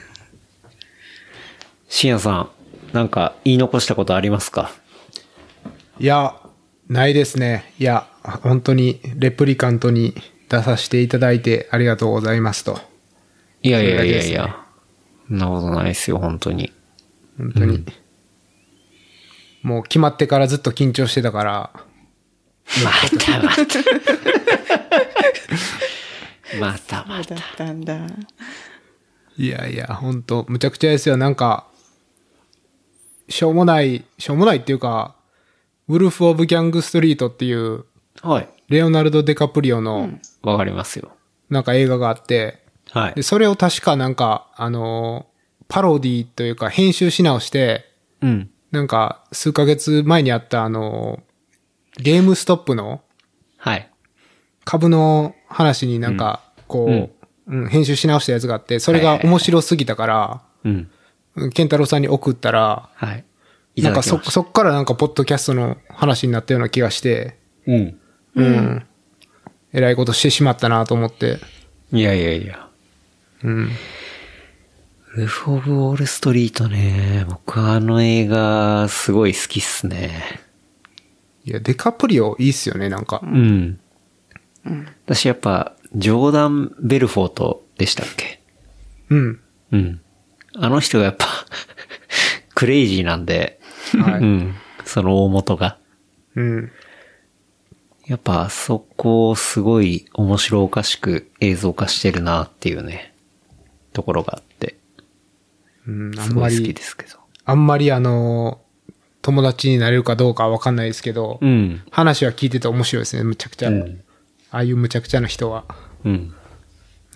深夜さん、なんか言い残したことありますか？ いや、ないですね。いや、本当にレプリカントに出させていただいてありがとうございますと。 いやいやいやいや。そんなことないですよ、本当に。 本当に。うん、もう決まってからずっと緊張してたから。 またまた。またまた。 だったんだ。 いやいや、本当むちゃくちゃですよ。なんか、しょうもない、しょうもないっていうか、ウルフ・オブ・ギャング・ストリートっていう、 はい。 レオナルド・デカプリオの、 わかりますよ。 なんか映画があって、 はい。 で、それを確かなんか、あのー、パロディというか編集し直して、 うん。 なんか、数ヶ月前にあったあのー、ゲームストップの、 はい。 株の話になんか、こう、うんうん、編集し直したやつがあって、それが面白すぎたから、うん。ケンタロウさんに送ったら、 はい。 なんかそ、そっからなんかポッドキャストの話になったような気がして、 うん。 うん。えらいことしてしまったなと思って。 いやいやいや。うん。ウルフ・オブ・ウォール・ストリートね。僕はあの映画、すごい好きっすね。 いや、デカプリオいいっすよね、なんか。 うん。うん、私やっぱ、ジョーダン・ベルフォートでしたっけ？ うん。 うん。あの人がやっぱ、クレイジーなんで、はい、うん。その大元が。 うん。 やっぱ、そこをすごい面白おかしく映像化してるなっていうね、ところがあって。うん、あんまり。すごい好きですけど。 あんまりあの、友達になれるかどうかはわかんないですけど、うん、話は聞いてて面白いですね、むちゃくちゃ。うん、ああいうむちゃくちゃな人は。うん。 うん。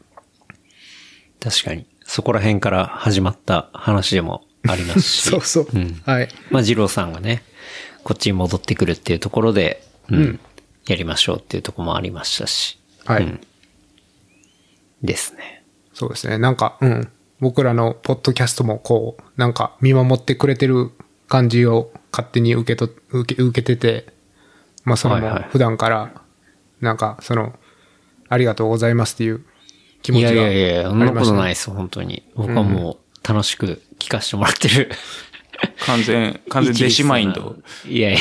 確かに。そこら辺から始まった話でもありますし。 そうそう。うん。はい。 まあ、二郎さんがね、こっちに戻ってくるっていうところで、うん。うん、やりましょうっていうところもありましたし。 はい、 うん。ですね。 そうですね。なんか、うん。僕らのポッドキャストもこう、なんか見守ってくれてる感じを勝手に受けと、受け、受けてて、まあそれも普段から、なんかその、ありがとうございますっていう気持ちがありましたね。 いやいやいや、そんなことないです、本当に。僕はもう楽しく聞かせてもらってる。 完全、完全弟子マインド。 いやいや。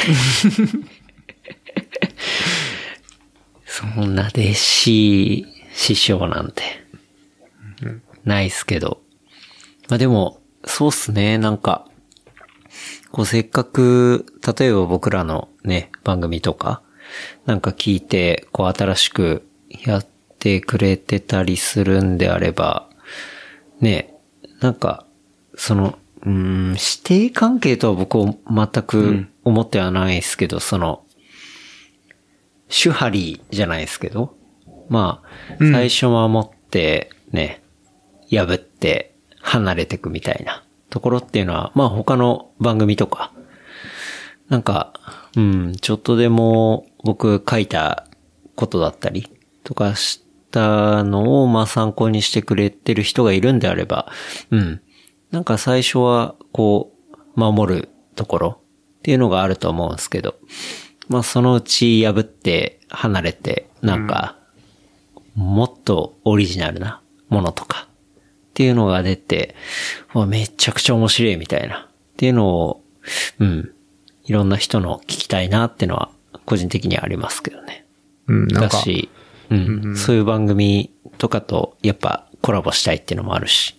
そんな弟子、師匠なんて、ないっすけど。まあでも、そうっすね、なんか、こうせっかく、例えば僕らのね、番組とか、なんか聞いて、こう新しくやってくれてたりするんであれば、ね、なんか、その、うーん、師弟関係とは僕は全く思ってはないですけど、うん、その、手張りじゃないですけど、まあ、最初守ってね、うん、破って離れてくみたいなところっていうのは、まあ他の番組とか、なんか、うん、ちょっとでも僕書いたことだったりとかしたのを、まあ参考にしてくれてる人がいるんであれば、うん。なんか最初は、こう、守るところっていうのがあると思うんですけど、まあそのうち破って離れて、なんか、もっとオリジナルなものとかっていうのが出て、めちゃくちゃ面白いみたいなっていうのを、うん、いろんな人の聞きたいなっていうのは個人的にはありますけどね。 うん、なんか。 だし、うん、うん、そういう番組とかとやっぱコラボしたいっていうのもあるし、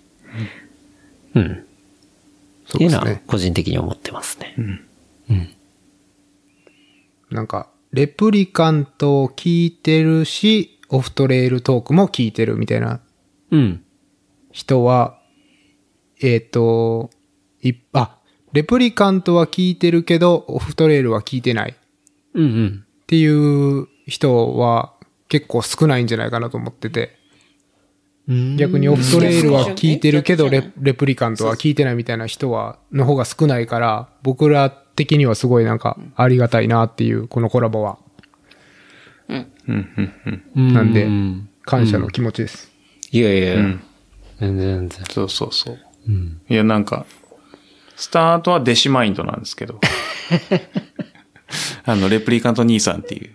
うん。うん、っていうのは個人的に思ってますね。うん。うん。 なんか、レプリカントを聞いてるし、オフトレイルトークも聞いてるみたいなうん。 人は、えっ、と、い、あ、レプリカントは聞いてるけど、オフトレイルは聞いてないっうんうん。 ていう人は結構少ないんじゃないかなと思ってて、逆にオフトレイルは聞いてるけどレ、レプリカントは聞いてないみたいな人は、の方が少ないから、僕ら的にはすごいなんかありがたいなっていう、このコラボは。 うんうんうん。 なんでうん感謝の気持ちです。 いやいや、 うん全然全然。 そうそうそう。 うん。 いや、なんか、スタートは弟子マインドなんですけど。あの、レプリカント兄さんっていう。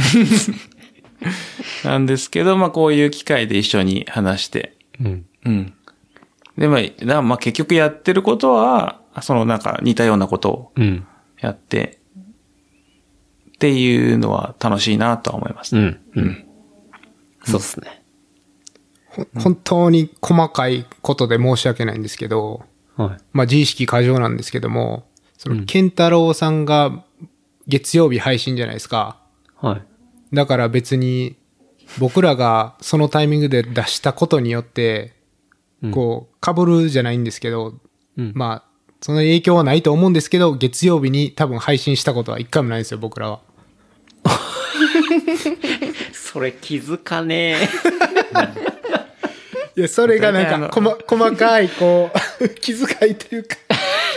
なんですけど、まあこういう機会で一緒に話して。 うん。 うん。で、まあ、だからまあ結局やってることは、そのなんか似たようなことをうん。 やって、っていうのは楽しいなとは思います。 うん。うん。そうっすね。 ほ本当に細かいことで申し訳ないんですけど、 はい。 まあ自意識過剰なんですけども、その、ケンタロウさんが月曜日配信じゃないですか。 はい。 だから別に僕らがそのタイミングで出したことによって、こう、被るじゃないんですけど、 うんまあ、その影響はないと思うんですけど、月曜日に多分配信したことは一回もないんですよ、僕らは。 それ気づかねえ。 いや、それがなんか、こま、細かい、こう、気遣いというか。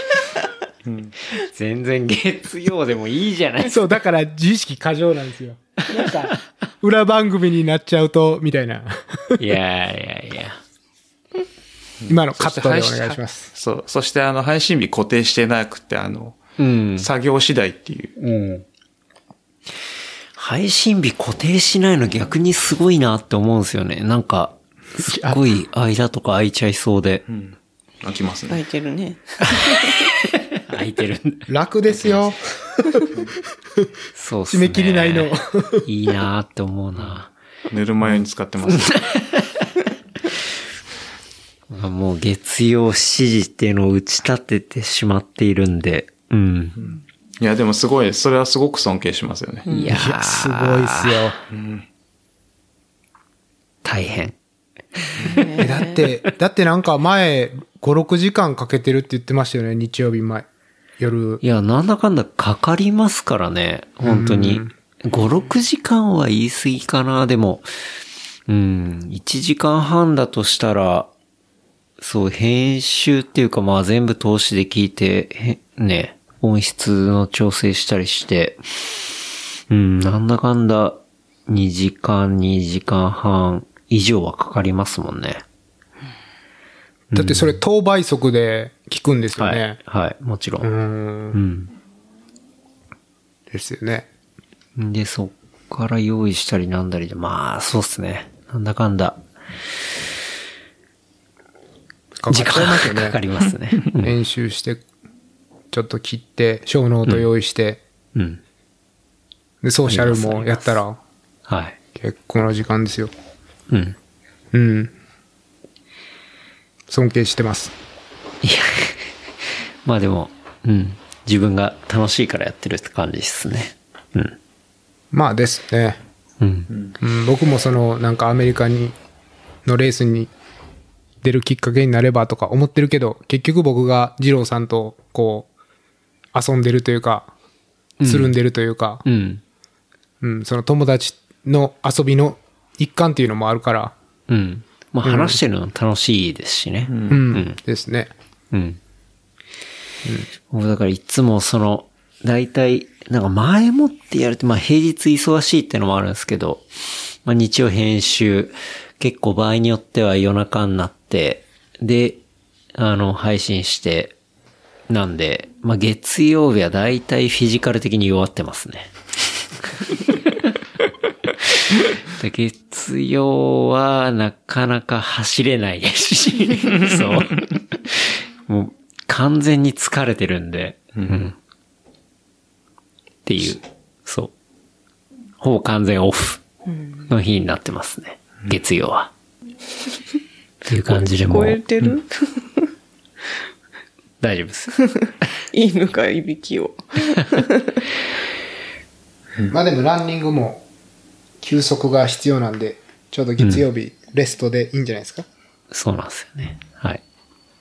全然月曜でもいいじゃないですか。 そう、だから自意識過剰なんですよ。なんか、裏番組になっちゃうと、みたいな。 いやいやいや。 今のカットでお願いします。 そう。そしてあの、配信日固定してなくて、あの、 うん。 作業次第っていう。 うん。配信日固定しないの逆にすごいなって思うんですよね。なんか、すっごい間とか空いちゃいそうで。 飽きます空いね。 てるね。 空いてるんだ。 楽ですよ。 そうっすね。 締め切りないの。 いいなって思うな。 寝る前に使ってます。 もう月曜しちじっていうのを打ち立ててしまっているんで。うん。 いや、でもすごい、それはすごく尊敬しますよね。 いやーいや、すごいっすよ。 大変。 えだって、だってなんか前、ご、ろくじかんかけてるって言ってましたよね、日曜日前。夜。 いや、なんだかんだかかりますからね。本当に。ご、ろくじかんは言い過ぎかな。でも、うん、いちじかんはんだとしたら、そう、編集っていうかまあ全部通しで聞いて、へね、音質の調整したりして、うん、なんだかんだにじかん、にじかんはん以上はかかりますもんね。 だってそれ等倍速で聞くんですよはいね。。 はい、もちろ。 うん。 うんん。 ですよね。 で、そっから用意したりなんだりで、まあ、そうっすね。なんだかんだ、 かかっちゃい時間ますよね。 がかかりますね。 編集して、ちょっと切って、小ノート用意して、 うん。 で、ソーシャルもやったら、 はい。 結構な時間ですよ。 うん。 うん。尊敬してます。 いや、まあでも、うん。自分が楽しいからやってるって感じですね。うん。 まあですね。 うん。 うん、僕もその、なんかアメリカに、のレースに出るきっかけになればとか思ってるけど、結局僕が二郎さんとこう、遊んでるというか、つるんでるというか、 うん。 うん、その友達の遊びの一環っていうのもあるから、 うん。まあ話してるの楽しいですしね。 うん、ですね。 うん。僕だからいつもその、大体、なんか前もってやると、まあ平日忙しいってのもあるんですけど、まあ日曜編集、結構場合によっては夜中になって、で、あの、配信して、なんで、まあ月曜日は大体フィジカル的に弱ってますね。で月曜はなかなか走れないですし、そう。もう完全に疲れてるんで、うんっていう、そう。ほぼ完全オフの日になってますね。月曜は。っていう感じで聞もうこえてる、 大丈夫です。 犬がいびきを。 まあでもランニングも休息が必要なんで、ちょうど月曜日レストでいいんじゃないですか。 そうなんですよね。はい。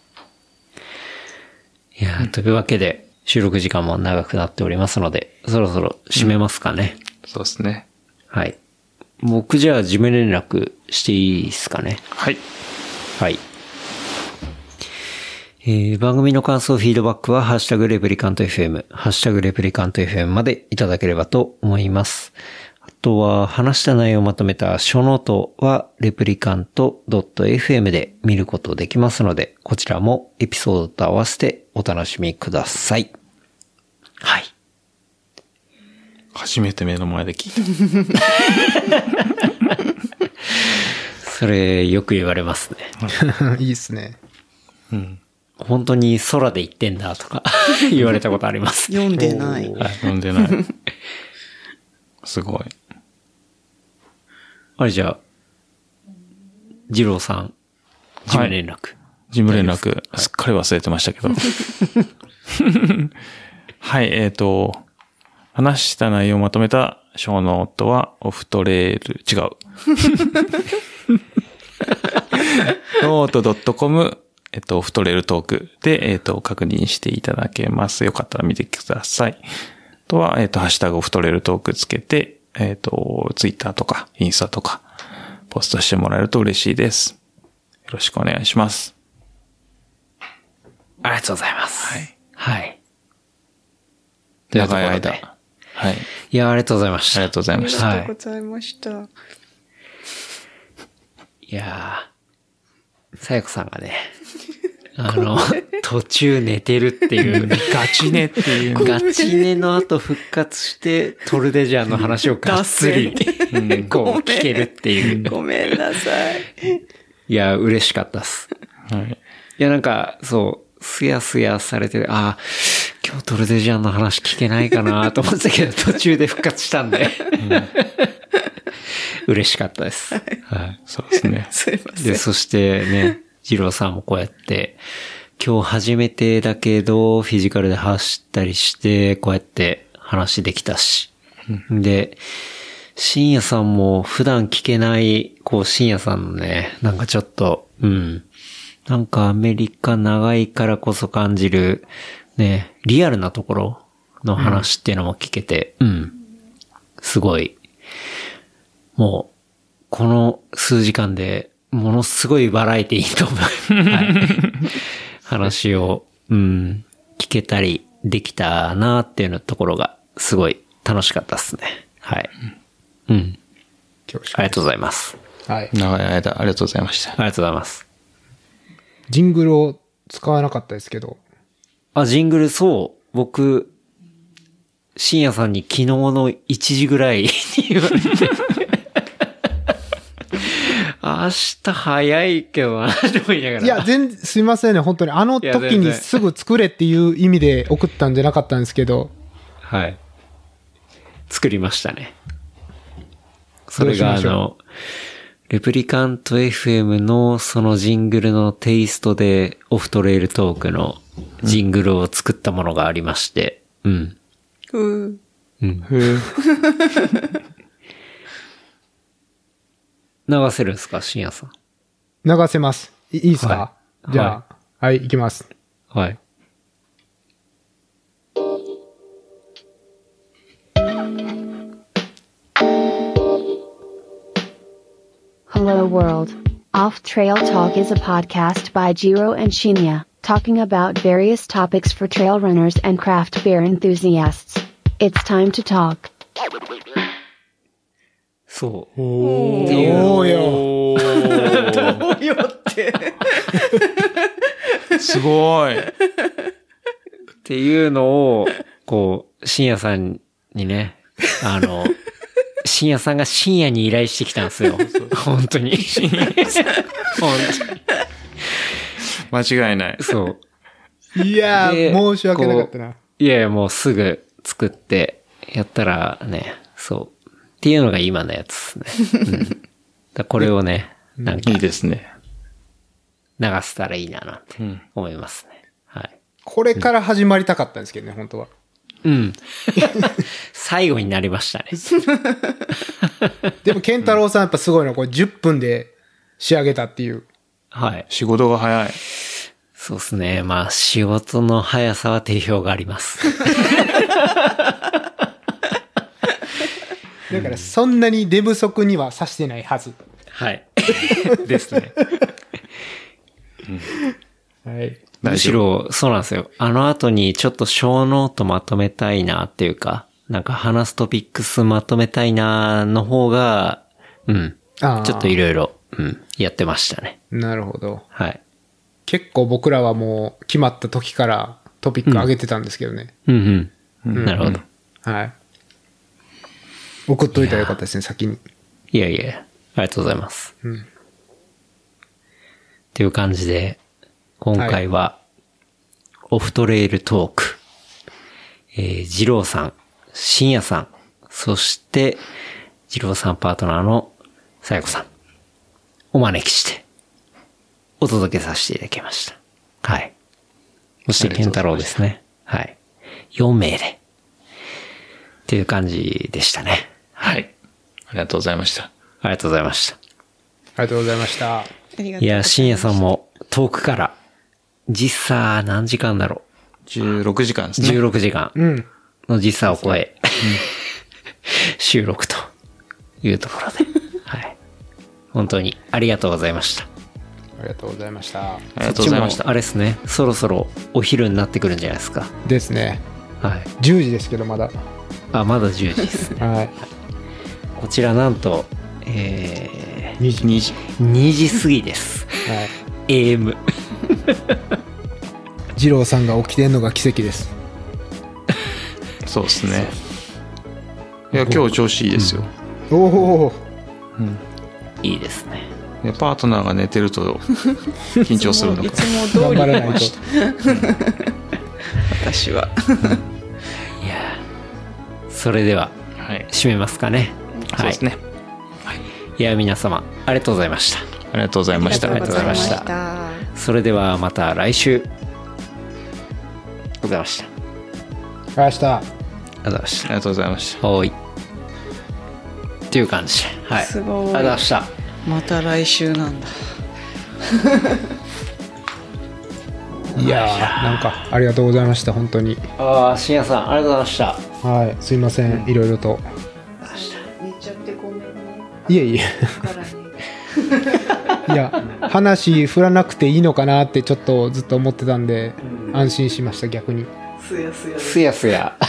いやー、というわけで収録時間も長くなっておりますので、そろそろ締めますかね。 うん、そうですね。 はい。僕じゃあ事務連絡していいですかね。 はい。 はい。えー、番組の感想、フィードバックは、ハッシュタグレプリカント エフエム、ハッシュタグレプリカント エフエム までいただければと思います。あとは、話した内容をまとめたショーノートは、レプリカント ドット エフエム で見ることできますので、こちらもエピソードと合わせてお楽しみください。はい。 初めて目の前で聞いた。 それ、よく言われますね。 いいっすね。 うん。 本当に空で言ってんだとか言われたことあります。 読んでない。 読んでない。すごい。 あれじゃあ、二郎さん、事務連絡。はい、 事務連絡、はい、すっかり忘れてましたけど。はい、えっと、話した内容をまとめた小ノートはオフトレール、違う。ノート .com、えっと、オフトレールトークで、えっと、確認していただけます。よかったら見てください。あとは、えっと、ハッシュタグオフトレールトークつけて、えっと、ツイッターとか、インスタとか、ポストしてもらえると嬉しいです。よろしくお願いします。 ありがとうございます。 はい。 はい。 長い間。はい。 いや、ありがとうございました。 ありがとうございました。 ありがとうございました。はい、 いやー、さやこさんがね、あの、途中寝てるっていう、 ガチ寝っていう。 ガチ寝の後復活して、トルデジャーの話をがっつり、うん、こう聞けるっていう。 ごめんなさい。 いや、嬉しかったっす。 はい。 いや、なんか、そう、すやすやされてる、ああ、今日トルデジャーの話聞けないかなと思ってたけど、途中で復活したんで、うん、嬉しかったです。はい。 そうですね。 すいません。 で、そしてね、二郎さんもこうやって、今日初めてだけど、フィジカルで走ったりして、こうやって話できたし。うん、で、深夜さんも普段聞けない、こう深夜さんのね、なんかちょっと、うん。なんかアメリカ長いからこそ感じる、ね、リアルなところの話っていうのも聞けて、うん。うん、すごい、もう、この数時間で、ものすごいバラエティーと思う、はい、話を、うん、聞けたりできたなっていうのところがすごい楽しかったですね。はい。うん。ありがとうございます。 はい。 長い間ありがとうございました。 ありがとうございます。 ジングルを使わなかったですけど。 あ、ジングルそう。僕、深夜さんに昨日のいちじぐらいに言われて。明日早いけどな、と思いながら。 いや、全然、すいませんね。本当にあの時にすぐ作れっていう意味で送ったんじゃなかったんですけど。 はい。作りましたね。それがあの、レプリカント エフエム のそのジングルのテイストでオフトレイルトークのジングルを作ったものがありまして。うん。 うん。 うん。流せるんですか、深夜さん。 流せます。いいですか、はい、じゃあ、はい、はい、いきます。 はい。 Hello World. Off Trail Talk is a podcast by Jiro and Shinya, talking about various topics for trail runners and craft beer enthusiasts. It's time to talk. そう。 おー。 どうよ。どうよって。 すごい。 っていうのを、こう、深夜さんにね、あの、深夜さんが深夜に依頼してきたんですよ。本当に。深夜さん。本当に。間違いない。 そう。 いやー、申し訳なかったな。 いやいや、もうすぐ作ってやったらね、そう。っていうのが今のやつですね。うん、だこれをね、なんか。 いいですね。 流せたらいいななんて思いますね。うん、はい。 これから始まりたかったんですけどね、本当は。 うん。最後になりましたね。 でも、ケンタロウさんやっぱすごいの、これじゅっぷんで仕上げたっていう。 はい。 仕事が早い。 そうですね。まあ、仕事の速さは定評があります。 だから、そんなに出不足にはさしてないはず。 はい。ですね。 はい。 むしろ、そうなんですよ。あの後にちょっと小ノートまとめたいなっていうか、なんか話すトピックスまとめたいなの方が、うん。ちょっといろいろ、うん、やってましたね。 なるほど。 はい。 結構僕らはもう決まった時からトピック上げてたんですけどね。 うん、うん、うん。なるほど。 はい。送っといたらよかったですね、先に。 いやいや、ありがとうございます。うん。っていう感じで、今回は、オフトレイルトーク、えー、二郎さん、深夜さん、そして、二郎さんパートナーのさやこさん、お招きして、お届けさせていただきました。はい。そして、健太郎ですね。はい。よんめいで。っていう感じでしたね。 はい。ありがとうございました。 ありがとうございました。 ありがとうございました。 いや、深夜さんも遠くから、時差何時間だろう ?じゅうろくじかんですね。 じゅうろくじかんの時差を超え、うん、収録というところで、はい。本当にありがとうございました。 ありがとうございました。 ありがとうございました。 あれですね、そろそろお昼になってくるんじゃないですか。 ですね。 はい。 じゅうじですけど、まだ。 あ、まだじゅうじですね。 はい。 こちらなんと、えー、 にじ。 にじ。にじ過ぎです。はい。エーエム。 二郎さんが起きてんのが奇跡です。 そうですね。いや、今日調子いいですよ。 うん、おお、 うん。いいですね。 パートナーが寝てると緊張するのか。 いつも通り頑張らないと。 私は。 いや、それでは、はい、締めますかね。 はい、そうですね。 はい。いや、皆様、ありがとうございました。 ありがとうございました。 ありがとうございました。 それではまた来週。ありがとうございました。 ありがとうございました。 ありがとうございました。 ありがとうございました。 はい。っていう感じで。はい。 すごい。 ありがとうございました。 また来週なんだ。 いやー、なんかありがとうございました、本当に。 ああ、深夜さん、ありがとうございました。 はい、すいません、いろいろと。 寝ちゃってごめんね。 いえいえ。いや、話振らなくていいのかなってちょっとずっと思ってたんで、うん、安心しました、逆に。 すやすや。 すやすや。